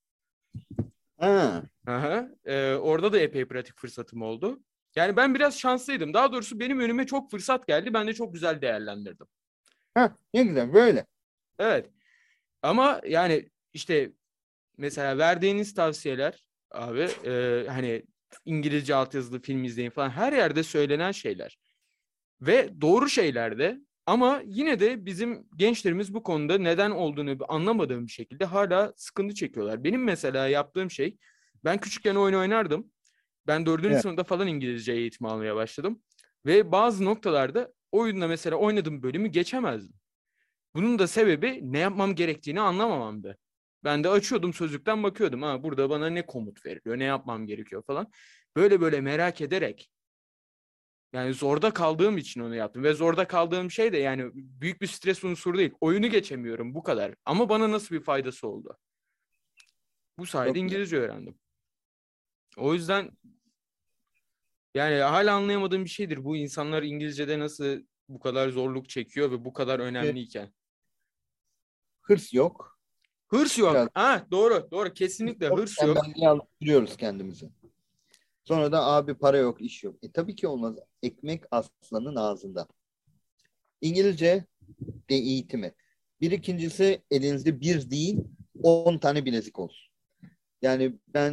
Ha. Aha. Orada da epey pratik fırsatım oldu. Yani ben biraz şanslıydım. Daha doğrusu benim önüme çok fırsat geldi. Ben de çok güzel değerlendirdim. Ha. Ne güzel böyle. Evet. Ama yani işte mesela verdiğiniz tavsiyeler abi, hani İngilizce altyazılı film izleyin falan, her yerde söylenen şeyler ve doğru şeyler de, ama yine de bizim gençlerimiz bu konuda neden olduğunu anlamadığım bir şekilde hala sıkıntı çekiyorlar. Benim mesela yaptığım şey, ben küçükken oyun oynardım. Ben 4. Evet. sınıfta falan İngilizce eğitim almaya başladım ve bazı noktalarda oyunda mesela oynadığım bölümü geçemezdim. Bunun da sebebi ne yapmam gerektiğini anlamamamdı. Ben de açıyordum sözlükten bakıyordum. Ha, burada bana ne komut veriliyor, ne yapmam gerekiyor falan. Böyle böyle merak ederek, yani zorda kaldığım için onu yaptım. Ve zorda kaldığım şey de yani büyük bir stres unsuru değil. Oyunu geçemiyorum, bu kadar. Ama bana nasıl bir faydası oldu? Bu sayede Çok güzel. İngilizce öğrendim. O yüzden yani hala anlayamadığım bir şeydir. Bu insanlar İngilizce'de nasıl bu kadar zorluk çekiyor ve bu kadar önemliyken. Hırs yok. Hırs Biraz yok. Ha, doğru, doğru. Kesinlikle yok. hırs yok. Tembelliğe alıştırıyoruz kendimizi. Sonra da abi para yok, iş yok. Tabii ki olmaz. Ekmek aslanın ağzında. İngilizce de eğitimi. Bir ikincisi elinizde bir değil 10 tane bilezik olsun. Yani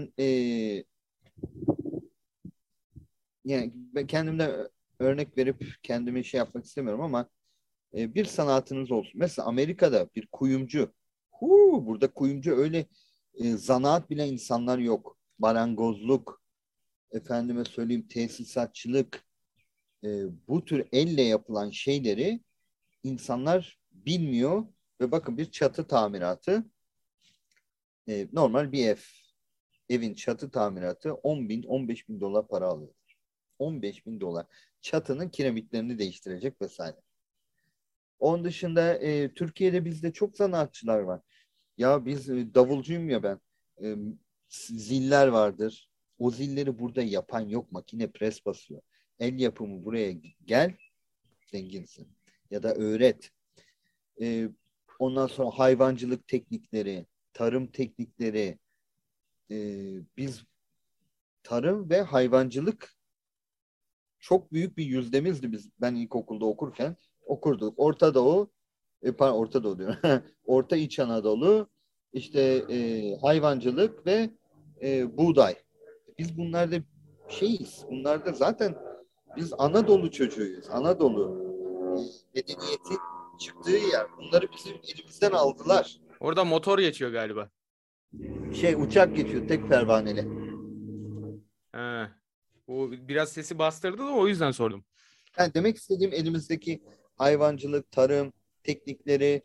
ben kendimden örnek verip kendimi şey yapmak istemiyorum ama bir sanatınız olsun. Mesela Amerika'da bir kuyumcu. Burada kuyumcu öyle zanaat bilen insanlar yok. Marangozluk, efendime söyleyeyim tesisatçılık, bu tür elle yapılan şeyleri insanlar bilmiyor ve bakın bir çatı tamiratı normal bir evin çatı tamiratı 10 bin 15 bin dolar para alıyor. 15 bin dolar. Çatının kiremitlerini değiştirecek vesaire. Onun dışında Türkiye'de bizde çok sanatçılar var. Ya biz davulcuyum ya ben. E, Ziller vardır. O zilleri burada yapan yok. Makine pres basıyor. El yapımı buraya gel zenginsin. Ya da öğret. E, Ondan sonra hayvancılık teknikleri, tarım teknikleri. Biz tarım ve hayvancılık çok büyük bir yüzdemizdi biz. Ben ilkokulda okurken okurduk. Orta Doğu, Orta Doğu diyorum. Orta İç Anadolu, işte hayvancılık ve buğday. Biz bunlarda şeyiz. Bunlarda zaten biz Anadolu çocuğuyuz. Anadolu medeniyeti çıktığı yer. Bunları bizim elimizden aldılar. Orada motor geçiyor galiba. Uçak geçiyor tek pervaneli. Ha. O biraz sesi bastırdı da o yüzden sordum. Yani demek istediğim elimizdeki hayvancılık, tarım teknikleri,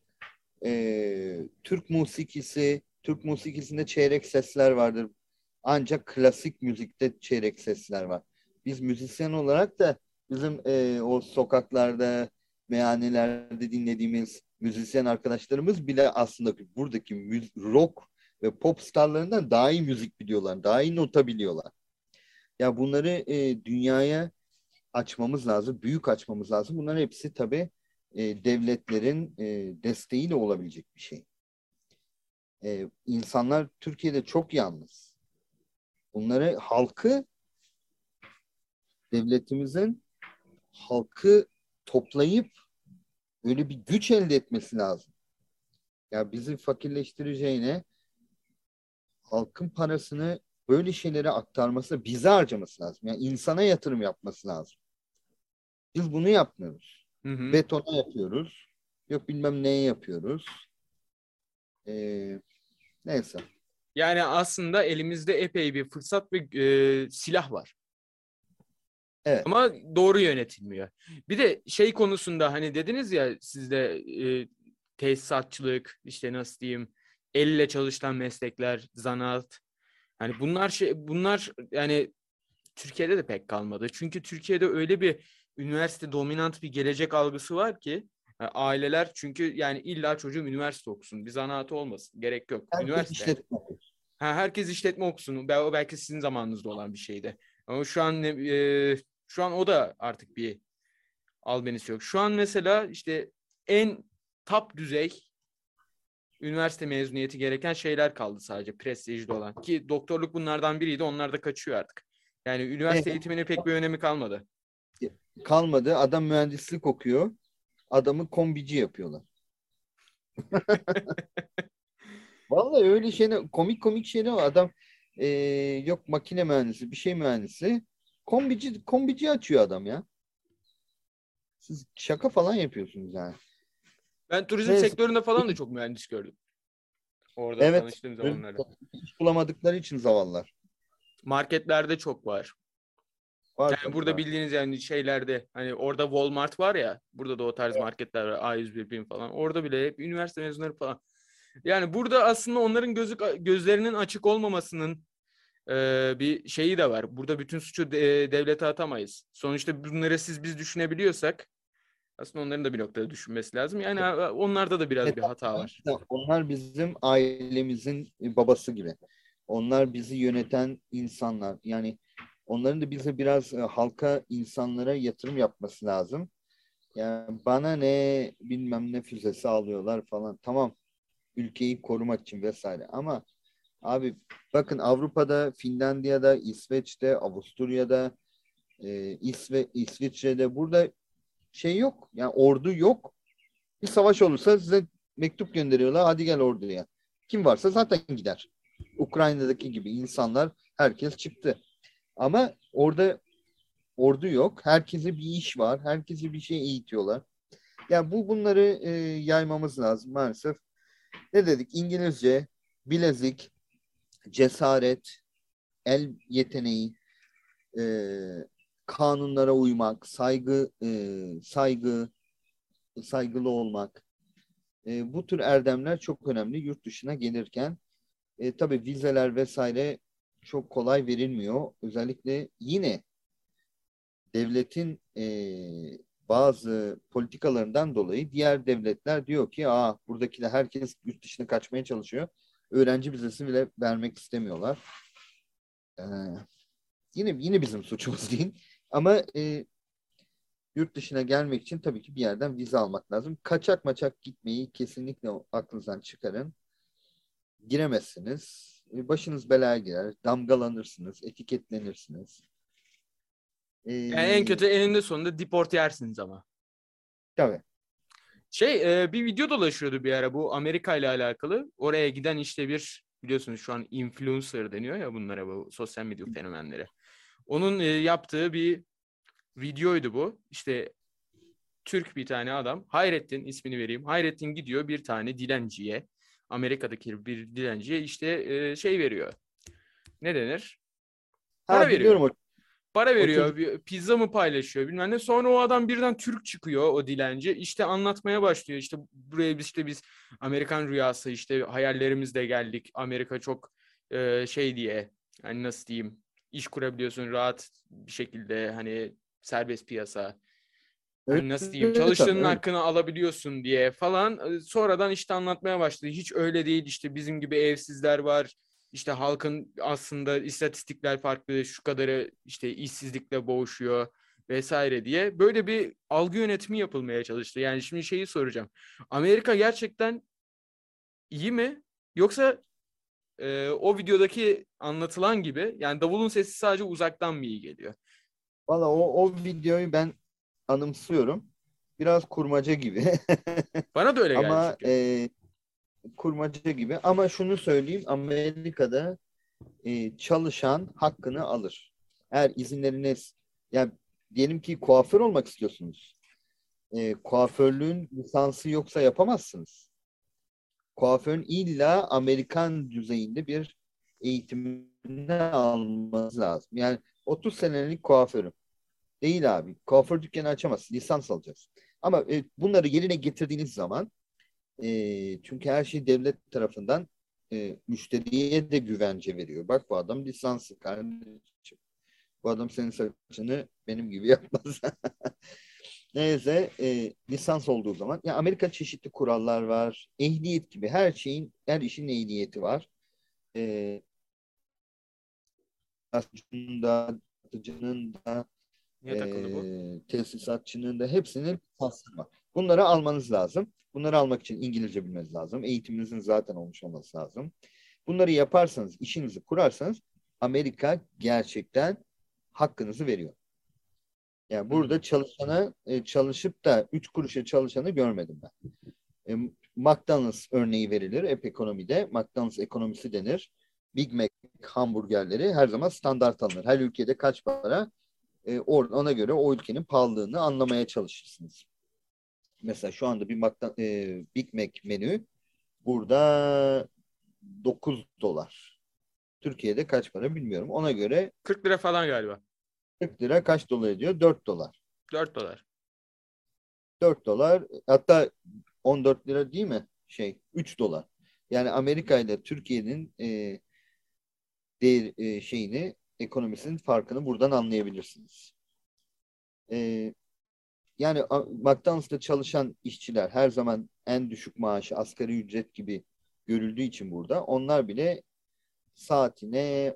Türk musikisinde çeyrek sesler vardır. Ancak klasik müzikte çeyrek sesler var. biz müzisyen olarak da bizim o sokaklarda, meyhanelerde dinlediğimiz müzisyen arkadaşlarımız bile aslında buradaki rock ve pop starlarından daha iyi müzik biliyorlar, daha iyi nota biliyorlar. Ya bunları dünyaya açmamız lazım, büyük açmamız lazım. Bunların hepsi tabii devletlerin desteğiyle olabilecek bir şey. İnsanlar Türkiye'de çok yalnız. Bunları devletimizin halkı toplayıp öyle bir güç elde etmesi lazım. Ya bizi fakirleştireceğine halkın parasını böyle şeylere aktarması, bize harcaması lazım. Yani insana yatırım yapması lazım. Biz bunu yapmıyoruz. Hı hı. Betona yapıyoruz. Yok bilmem neye yapıyoruz. Neyse. Yani aslında elimizde epey bir fırsat ve silah var. Evet. Ama doğru yönetilmiyor. Bir de şey konusunda hani dediniz ya sizde tesisatçılık, işte nasıl diyeyim, elle çalışılan meslekler, zanaat. Hani bunlar yani Türkiye'de de pek kalmadı. Çünkü Türkiye'de öyle bir üniversite dominant bir gelecek algısı var ki aileler, çünkü yani illa çocuğum üniversite okusun, bir zanaatı olmasın, gerek yok. Herkes Üniversite. işletme. Herkes işletme okusun. O belki sizin zamanınızda olan bir şeydi. Ama şu an o da artık bir albenisi yok. Şu an mesela işte en top düzey üniversite mezuniyeti gereken şeyler kaldı sadece, prestijli olan. Ki doktorluk bunlardan biriydi. Onlar da kaçıyor artık. Yani üniversite eğitiminin pek bir önemi kalmadı. Kalmadı. Adam mühendislik okuyor. Adamı kombici yapıyorlar. Vallahi öyle şeyler, komik şeyler var. Adam yok makine mühendisi, bir şey mühendisi. Kombici açıyor adam ya. Siz şaka falan yapıyorsunuz yani. Ben turizm Neyse. sektöründe falan da çok mühendis gördüm. Orada Evet. tanıştığım zamanlarda. Hiç bulamadıkları için zavallılar. Marketlerde çok var. Var Yani tabii burada var. bildiğiniz yani şeylerde, hani orada Walmart var ya, burada da o tarz marketler var, A101 BİM falan. Orada bile hep üniversite mezunları falan. Yani burada aslında onların gözlerinin açık olmamasının bir şeyi de var. Burada bütün suçu devlete atamayız. Sonuçta bunları biz düşünebiliyorsak aslında onların da bir noktada düşünmesi lazım. Yani onlarda da biraz bir hata var. Onlar bizim ailemizin babası gibi. Onlar bizi yöneten insanlar. Yani onların da bize biraz halka, insanlara yatırım yapması lazım. Yani bana ne bilmem ne füzesi alıyorlar falan. Tamam, ülkeyi korumak için vesaire. Ama abi bakın Avrupa'da, Finlandiya'da, İsveç'te, Avusturya'da, İsviçre'de burada şey yok. Yani ordu yok. Bir savaş olursa size mektup gönderiyorlar. Hadi gel orduya. Kim varsa zaten gider. Ukrayna'daki gibi insanlar, herkes çıktı. Ama orada ordu yok. Herkese bir iş var. Herkese bir şey eğitiyorlar. Yani bunları yaymamız lazım maalesef. Ne dedik? İngilizce, bilezik, cesaret, el yeteneği, e, kanunlara uymak, saygılı olmak. Bu tür erdemler çok önemli yurt dışına gelirken. Tabii vizeler vesaire çok kolay verilmiyor. Özellikle yine devletin bazı politikalarından dolayı diğer devletler diyor ki buradakiler herkes yurt dışına kaçmaya çalışıyor. Öğrenci vizesi bile vermek istemiyorlar. Ee, yine bizim suçumuz değil. Ama yurt dışına gelmek için tabii ki bir yerden vize almak lazım. Kaçak maçak gitmeyi kesinlikle aklınızdan çıkarın. Giremezsiniz. Başınız belaya girer. Damgalanırsınız. Etiketlenirsiniz. Yani en kötü eninde sonunda deport yersiniz ama. Tabii. Bir video dolaşıyordu bir ara bu Amerika ile alakalı. Oraya giden işte biliyorsunuz şu an influencer deniyor ya bunlara, bu sosyal medya fenomenleri. Onun yaptığı bir videoydu bu. İşte Türk bir tane adam, Hayrettin, ismini vereyim. Hayrettin gidiyor bir tane dilenciye, Amerika'daki bir dilenciye işte şey veriyor. Ne denir? Para veriyor. Biliyorum Para o veriyor, çocuk. bir pizza mı paylaşıyor bilmem ne. Sonra o adam birden Türk çıkıyor, o dilenci. İşte anlatmaya başlıyor. İşte buraya biz Amerikan rüyası, işte hayallerimizle geldik. Amerika çok şey diye, hani nasıl diyeyim, iş kurabiliyorsun rahat bir şekilde, hani serbest piyasa. Öyle, Hani nasıl diyeyim, tabii çalıştığının öyle. hakkını alabiliyorsun diye falan. Sonradan işte anlatmaya başladı. Hiç öyle değil, işte bizim gibi evsizler var. İşte halkın aslında istatistikler farklı, şu kadarı işte işsizlikle boğuşuyor vesaire diye. Böyle bir algı yönetimi yapılmaya çalıştı. Yani şimdi şeyi soracağım. Amerika gerçekten iyi mi? Yoksa o videodaki anlatılan gibi, yani davulun sesi sadece uzaktan mı iyi geliyor? Valla o videoyu ben anımsıyorum. Biraz kurmaca gibi. Bana da öyle geldi Ama çünkü. kurmaca gibi. Ama şunu söyleyeyim. Amerika'da çalışan hakkını alır. Eğer izinleriniz, yani diyelim ki kuaför olmak istiyorsunuz. Kuaförlüğün lisansı yoksa yapamazsınız. Kuaförün illa Amerikan düzeyinde bir eğitimini alması lazım. Yani 30 senelik kuaförüm. Değil abi. Kuaför dükkanı açamazsın. Lisans alacaksın. Ama bunları yerine getirdiğiniz zaman çünkü her şey devlet tarafından müşteriye de güvence veriyor. Bak bu adam lisanslı kardeşim. Bu adam senin saçını benim gibi yapmaz. Neyse lisans olduğu zaman ya Amerika çeşitli kurallar var. Ehliyet gibi her şeyin, her işin ehliyeti var. E, Aslında da, satıcının da, Niye takıldı bu? tesisatçının da hepsinin lisansı var. Bunları almanız lazım. Bunları almak için İngilizce bilmeniz lazım. Eğitiminizin zaten olmuş olması lazım. Bunları yaparsanız, işinizi kurarsanız Amerika gerçekten hakkınızı veriyor. Yani Hmm. burada çalışana çalışıp da 3 kuruşa çalışanı görmedim ben. McDonald's örneği verilir hep ekonomide. McDonald's ekonomisi denir. Big Mac hamburgerleri her zaman standart alınır. Her ülkede kaç para? Ona göre o ülkenin pahalılığını anlamaya çalışırsınız. Mesela şu anda Big Mac menü burada 9 dolar. Türkiye'de kaç para bilmiyorum. Ona göre 40 lira falan galiba. 40 lira kaç dolar ediyor? 4 dolar. 4 dolar. 4 dolar hatta 14 lira değil mi? 3 dolar. Yani Amerika ile Türkiye'nin şeyini, ekonomisinin farkını buradan anlayabilirsiniz. E, Yani McDonald's'ta çalışan işçiler her zaman en düşük maaşı asgari ücret gibi görüldüğü için burada onlar bile saatine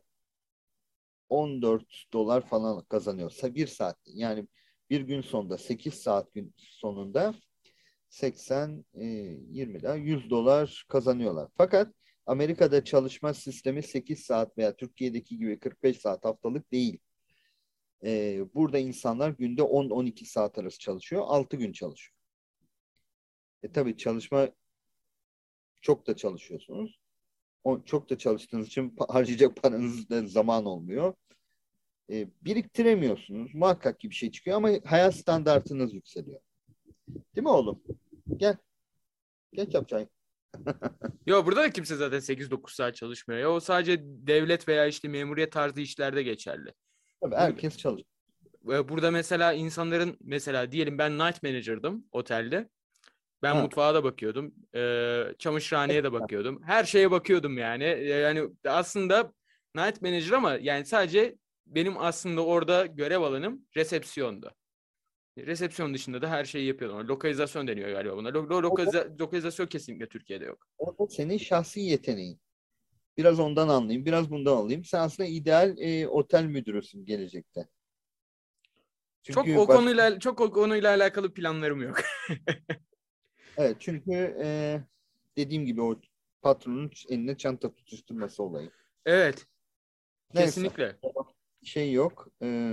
14 dolar falan kazanıyorsa bir saat, yani bir gün sonunda 8 saat gün sonunda 80 20 daha 100 dolar kazanıyorlar. Fakat Amerika'da çalışma sistemi 8 saat veya Türkiye'deki gibi 45 saat haftalık değil. Burada insanlar günde 10-12 saat arası çalışıyor. 6 gün çalışıyor. Tabii çok da çalışıyorsunuz. Çok da çalıştığınız için harcayacak paranız da zaman olmuyor. Biriktiremiyorsunuz. Muhakkak ki bir şey çıkıyor ama hayat standartınız yükseliyor. Değil mi oğlum? Gel. Geç yapacaksın. Yo, burada da kimse zaten 8-9 saat çalışmıyor. Ya, o sadece devlet veya işte memuriyet tarzı işlerde geçerli. Tabii Burada, herkes çalışıyor. burada mesela insanların, mesela diyelim ben night manager'dım otelde. Ben Ha. mutfağa da bakıyordum. Çamaşırhaneye de bakıyordum. Her şeye bakıyordum yani. Yani aslında night manager, ama yani sadece benim aslında orada görev alanım resepsiyondu. Resepsiyon dışında da her şeyi yapıyordum. Lokalizasyon deniyor galiba buna. Lokalizasyon kesinlikle Türkiye'de yok. O da senin şahsi yeteneğin. Biraz ondan anlayayım, biraz bundan alayım. Sen aslında ideal otel müdürüsün gelecekte. Çünkü Çok o konuyla alakalı planlarım yok. evet, çünkü dediğim gibi o patronun eline çanta tutuşturması olayı. Evet, Neyse, kesinlikle. şey yok.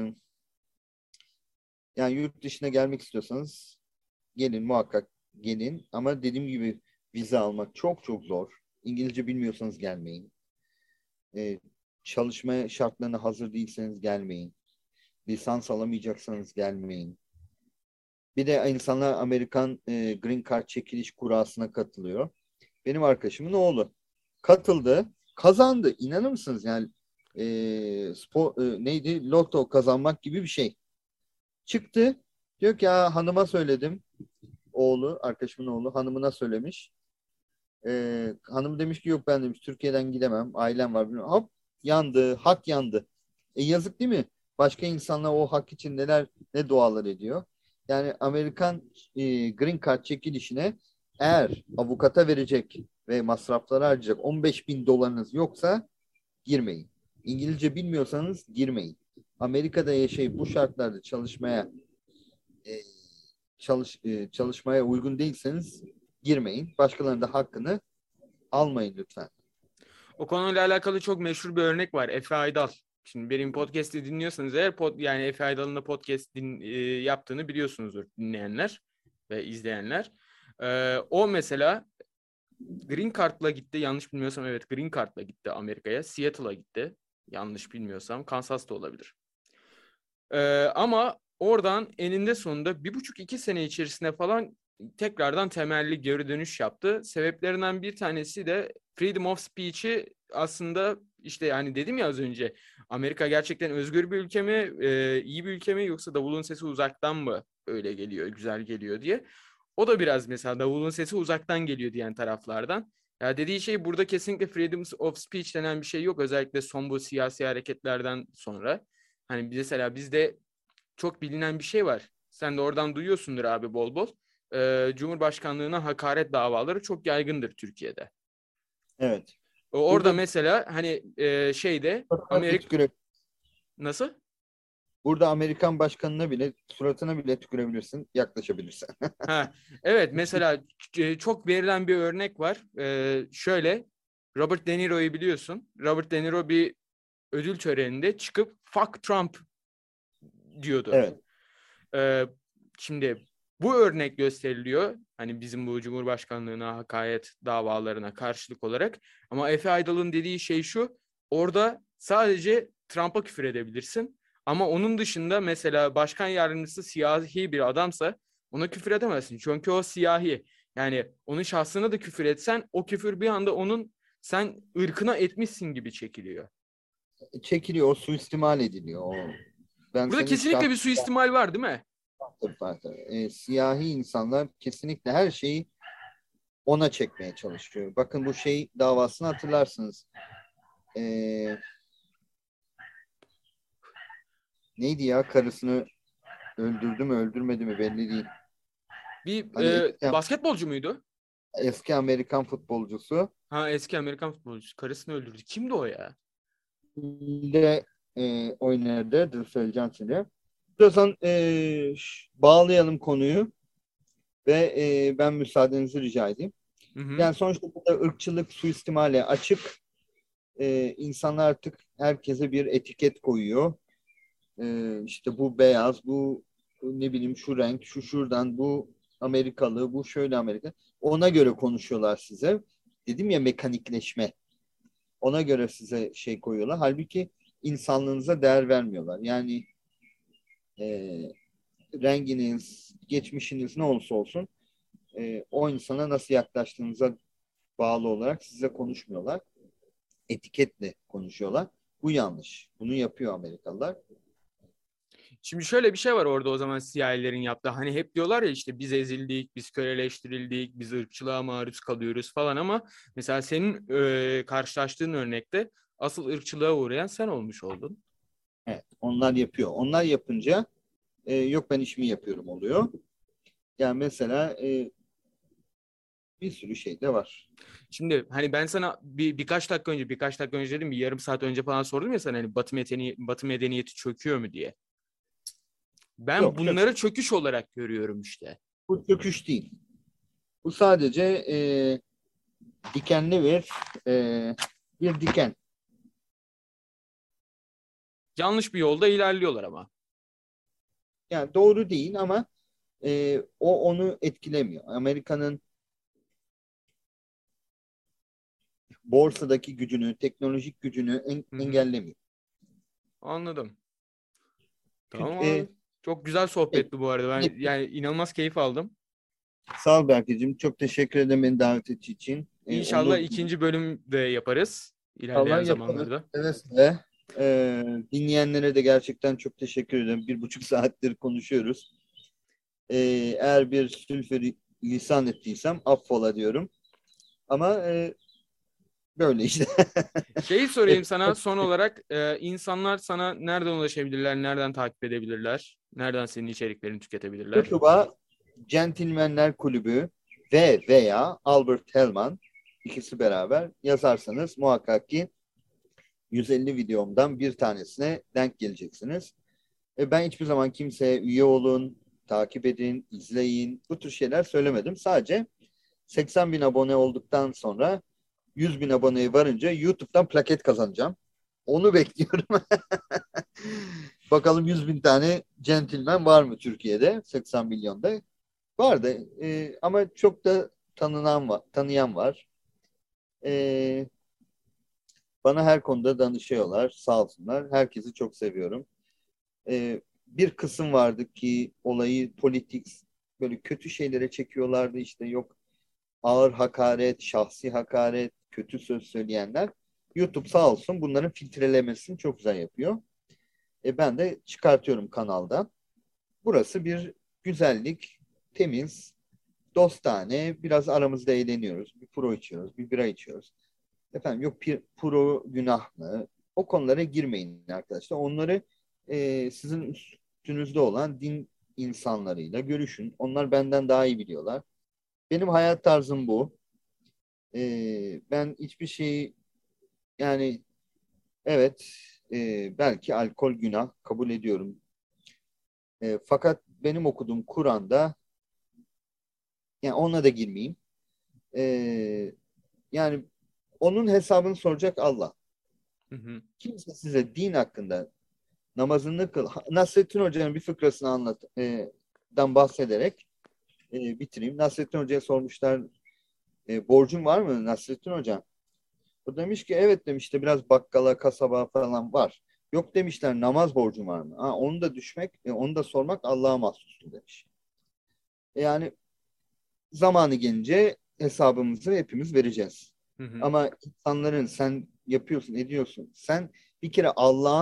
Yani yurt dışına gelmek istiyorsanız gelin, muhakkak gelin. Ama dediğim gibi vize almak çok çok zor. İngilizce bilmiyorsanız gelmeyin. E, Çalışma şartlarına hazır değilseniz gelmeyin. Lisans alamayacaksanız gelmeyin. Bir de insanlar Amerikan Green Card çekiliş kurasına katılıyor. Benim arkadaşımın oğlu katıldı, kazandı. İnanır mısınız? Yani neydi? Loto kazanmak gibi bir şey. Çıktı. Diyor ki ya hanıma söyledim. Oğlu, arkadaşımın oğlu hanımına söylemiş. Hanım demiş ki yok ben demiş Türkiye'den gidemem. Ailem var. Bilmiyorum. Hop yandı. Hak yandı. Yazık değil mi? Başka insanlar o hak için ne dualar ediyor. Yani Amerikan Green Card çekilişine eğer avukata verecek ve masrafları harcayacak 15 bin dolarınız yoksa girmeyin. İngilizce bilmiyorsanız girmeyin. Amerika'da yaşayıp bu şartlarda e, çalışmaya uygun değilseniz girmeyin. Başkalarının da hakkını almayın lütfen. O konuyla alakalı çok meşhur bir örnek var. Efe Aydal. Şimdi benim podcast'i dinliyorsanız eğer yani Efe Aydal'ın da podcast yaptığını biliyorsunuzdur dinleyenler ve izleyenler. O mesela Green Card'la gitti. Yanlış bilmiyorsam evet Green Card'la gitti Amerika'ya. Seattle'a gitti. Yanlış bilmiyorsam. Kansas'ta olabilir. Ama oradan eninde sonunda 1,5-2 sene içerisinde falan tekrardan temelli geri dönüş yaptı. Sebeplerinden bir tanesi de freedom of speech'i aslında işte yani dedim ya az önce Amerika gerçekten özgür bir ülke mi, iyi bir ülke mi yoksa davulun sesi uzaktan mı öyle geliyor, güzel geliyor diye. O da biraz mesela davulun sesi uzaktan geliyor diyen taraflardan. Ya dediği şey burada kesinlikle freedom of speech denen bir şey yok. Özellikle son bu siyasi hareketlerden sonra. Hani mesela bizde çok bilinen bir şey var. Sen de oradan duyuyorsundur abi bol bol. Cumhurbaşkanlığına hakaret davaları çok yaygındır Türkiye'de. Evet. Orada Burada mesela hani şeyde Amerika tüküre, nasıl? burada Amerikan başkanına bile suratına bile tükürebilirsin, yaklaşabilirsin. Ha, evet mesela çok verilen bir örnek var. Şöyle Robert De Niro'yu biliyorsun. Robert De Niro bir ödül töreninde çıkıp "fuck Trump" diyordu. Evet. Ee, Şimdi bu örnek gösteriliyor. Hani bizim bu Cumhurbaşkanlığına hakaret davalarına karşılık olarak. Ama Efe Aydal'ın dediği şey şu. Orada sadece Trump'a küfür edebilirsin. Ama onun dışında mesela başkan yardımcısı siyahi bir adamsa ona küfür edemezsin. Çünkü o siyahi. Yani onun şahsına da küfür etsen o küfür bir anda onun sen ırkına etmişsin gibi çekiliyor. Çekiliyor, o suistimal ediliyor. Ben Burada senin kesinlikle bir suistimal var değil mi? siyahi insanlar kesinlikle her şeyi ona çekmeye çalışıyor. Bakın bu şey davasını hatırlarsınız. E, Neydi ya? Karısını öldürdü mü öldürmedi mi belli değil. Bir Hani basketbolcu muydu? eski Amerikan futbolcusu Ha, eski Amerikan futbolcusu. Karısını öldürdü. Kimdi o ya? de oynadı. Dur söyleyeceğim size. Birazdan bağlayalım konuyu ve ben müsaadenizi rica edeyim. Hı hı. Yani sonuçta burada ırkçılık suistimale açık. İnsanlar artık herkese bir etiket koyuyor. İşte bu beyaz, bu ne bileyim şu renk, şu şuradan, bu Amerikalı, bu şöyle Amerika. Ona göre konuşuyorlar size. Dedim ya mekanikleşme. Ona göre size şey koyuyorlar. Halbuki insanlığınıza değer vermiyorlar. Yani e, renginiz, geçmişiniz ne olursa olsun o insana nasıl yaklaştığınıza bağlı olarak size konuşmuyorlar. Etiketle konuşuyorlar. Bu yanlış. Bunu yapıyor Amerikalılar. Şimdi şöyle bir şey var orada o zaman siyahilerin yaptığı. Hani hep diyorlar ya işte biz ezildik, biz köleleştirildik, biz ırkçılığa maruz kalıyoruz falan ama mesela senin karşılaştığın örnekte asıl ırkçılığa uğrayan sen olmuş oldun. Evet, onlar yapıyor. Onlar yapınca yok ben işimi yapıyorum oluyor. Yani mesela bir sürü şey de var. Şimdi hani ben sana birkaç dakika önce dedim bir yarım saat önce falan sordum ya sana hani Batı medeniyeti çöküyor mu diye. Ben Yok, bunları çöküş olarak görüyorum işte. bu çöküş değil. Bu sadece dikenli bir diken. Yanlış bir yolda ilerliyorlar ama. Yani doğru değil ama o onu etkilemiyor. Amerika'nın borsadaki gücünü, teknolojik gücünü Hı hı. engellemiyor. Anladım. Tamam Çünkü, abi. Çok güzel e, sohbetti bu arada. Ben yani inanılmaz keyif aldım. sağ ol Berkeciğim. Çok teşekkür ederim beni davet ettiğin için. İnşallah Onur ikinci bölüm de yaparız Allah ilerleyen yaparız. zamanlarda. Evet. Ve dinleyenlere de gerçekten çok teşekkür ederim. 1,5 saattir konuşuyoruz. Eğer bir sülfür lisan ettiysem affola diyorum. Ama Böyle işte. Şeyi sorayım sana son olarak. İnsanlar sana nereden ulaşabilirler, nereden takip edebilirler, nereden senin içeriklerini tüketebilirler? YouTube'a Centilmenler Kulübü ve veya Albert Hellman, ikisi beraber yazarsanız muhakkak ki 150 videomdan bir tanesine denk geleceksiniz. Ben hiçbir zaman kimseye üye olun, takip edin, izleyin, bu tür şeyler söylemedim. Sadece 80 bin abone olduktan sonra 100 bin aboneye varınca YouTube'dan plaket kazanacağım. Onu bekliyorum. Bakalım 100 bin tane centilmen var mı Türkiye'de? 80 milyonda. Vardı. Ama çok da tanıyan var. Ee, Bana her konuda danışıyorlar. Sağ olsunlar. Herkesi çok seviyorum. Bir kısım vardı ki olayı politik, böyle kötü şeylere çekiyorlardı. İşte yok ağır hakaret, şahsi hakaret, kötü söz söyleyenler. YouTube sağ olsun bunların filtrelemesini çok güzel yapıyor. Ben de çıkartıyorum kanalda. Burası bir güzellik, temiz, dostane, biraz aramızda eğleniyoruz. Bir pro içiyoruz, bir bira içiyoruz. Efendim yok pro günah mı? O konulara girmeyin arkadaşlar. Onları sizin üstünüzde olan din insanlarıyla görüşün. Onlar benden daha iyi biliyorlar. Benim hayat tarzım bu. Ben hiçbir şeyi, yani evet, belki alkol günah kabul ediyorum. Fakat benim okuduğum Kur'an'da, yani ona da girmeyeyim. E, Yani onun hesabını soracak Allah. Hı hı. Kimse size din hakkında namazını kıl. Nasrettin Hoca'nın bir fıkrasını dan bahsederek bitireyim. Nasrettin Hoca'ya sormuşlar, borcun var mı Nasrettin Hoca? O demiş ki evet, demiş, de biraz bakkala, kasaba falan var. Yok demişler, namaz borcun var mı? Ha, onu da onu da sormak Allah'a mahsustur demiş. Yani zamanı gelince hesabımızı hepimiz vereceğiz. Hı hı. Ama insanların, sen yapıyorsun, ediyorsun. Sen bir kere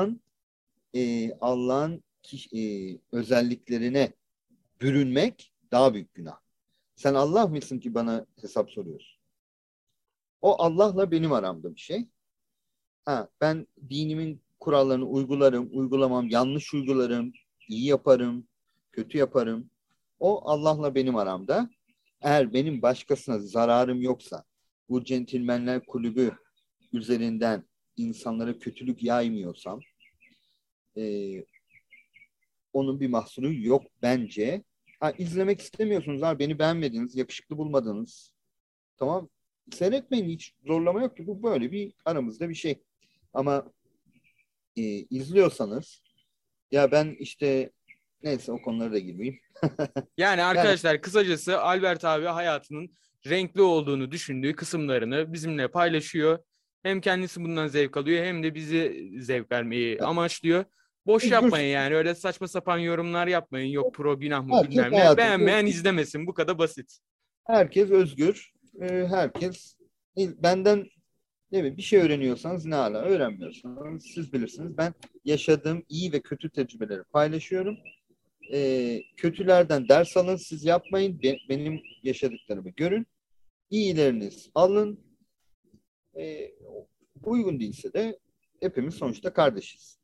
Allah'ın özelliklerine bürünmek daha büyük günah. Sen Allah mısın ki bana hesap soruyorsun? O Allah'la benim aramda bir şey. Ha, ben dinimin kurallarını uygularım, uygulamam, yanlış uygularım, iyi yaparım, kötü yaparım. O Allah'la benim aramda. Eğer benim başkasına zararım yoksa, bu centilmenler kulübü üzerinden insanlara kötülük yaymıyorsam, e, onun bir mahsuru yok bence. Ha, izlemek istemiyorsunuz, ha, beni beğenmediniz, yakışıklı bulmadınız. Tamam, seyretmeyin, hiç zorlama yok ki, bu böyle bir aramızda bir şey. Ama izliyorsanız, ya ben işte, neyse, o konulara da girmeyeyim. Yani Yani arkadaşlar kısacası Albert abi hayatının renkli olduğunu düşündüğü kısımlarını bizimle paylaşıyor. Hem kendisi bundan zevk alıyor hem de bizi zevk vermeyi amaçlıyor. Boş özgür, yapmayın yani öyle saçma sapan yorumlar yapmayın. Yok pro günah mı herkes bilmem ne. hayatında Beğenmeyen özgür. izlemesin bu kadar basit. Herkes özgür. Herkes benden, değil mi? Bir şey öğreniyorsanız ne ala, öğrenmiyorsanız siz bilirsiniz. Ben yaşadığım iyi ve kötü tecrübeleri paylaşıyorum. Kötülerden ders alın, siz yapmayın. Benim yaşadıklarımı görün. İyileriniz alın. Ee, Uygun değilse de hepimiz sonuçta kardeşiz.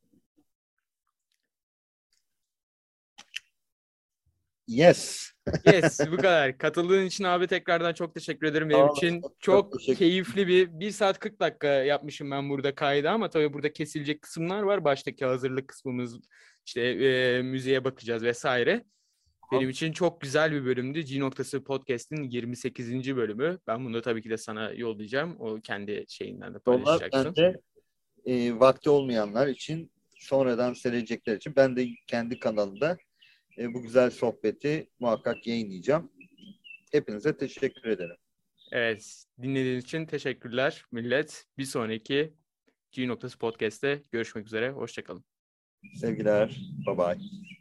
Yes. Yes, bu kadar. Katıldığın için abi tekrardan çok teşekkür ederim. Benim Sağ olasın. için Çok çok teşekkür keyifli bir saat 40 dakika yapmışım ben burada kaydı ama tabii burada kesilecek kısımlar var. Baştaki hazırlık kısmımız işte müziğe bakacağız vesaire. Benim için çok güzel bir bölümdü. G Noktası Podcast'in 28. bölümü. Ben bunu tabii ki de sana yollayacağım. O kendi şeyinden de yolla. Ben paylaşacaksın. de vakti olmayanlar için, sonradan seyredecekler için, ben de kendi kanalımda bu güzel sohbeti muhakkak yayınlayacağım. Hepinize teşekkür ederim. Evet, dinlediğiniz için teşekkürler millet. Bir sonraki G Noktası Podcast'te görüşmek üzere. Hoşça kalın. Sevgiler. Bye bye.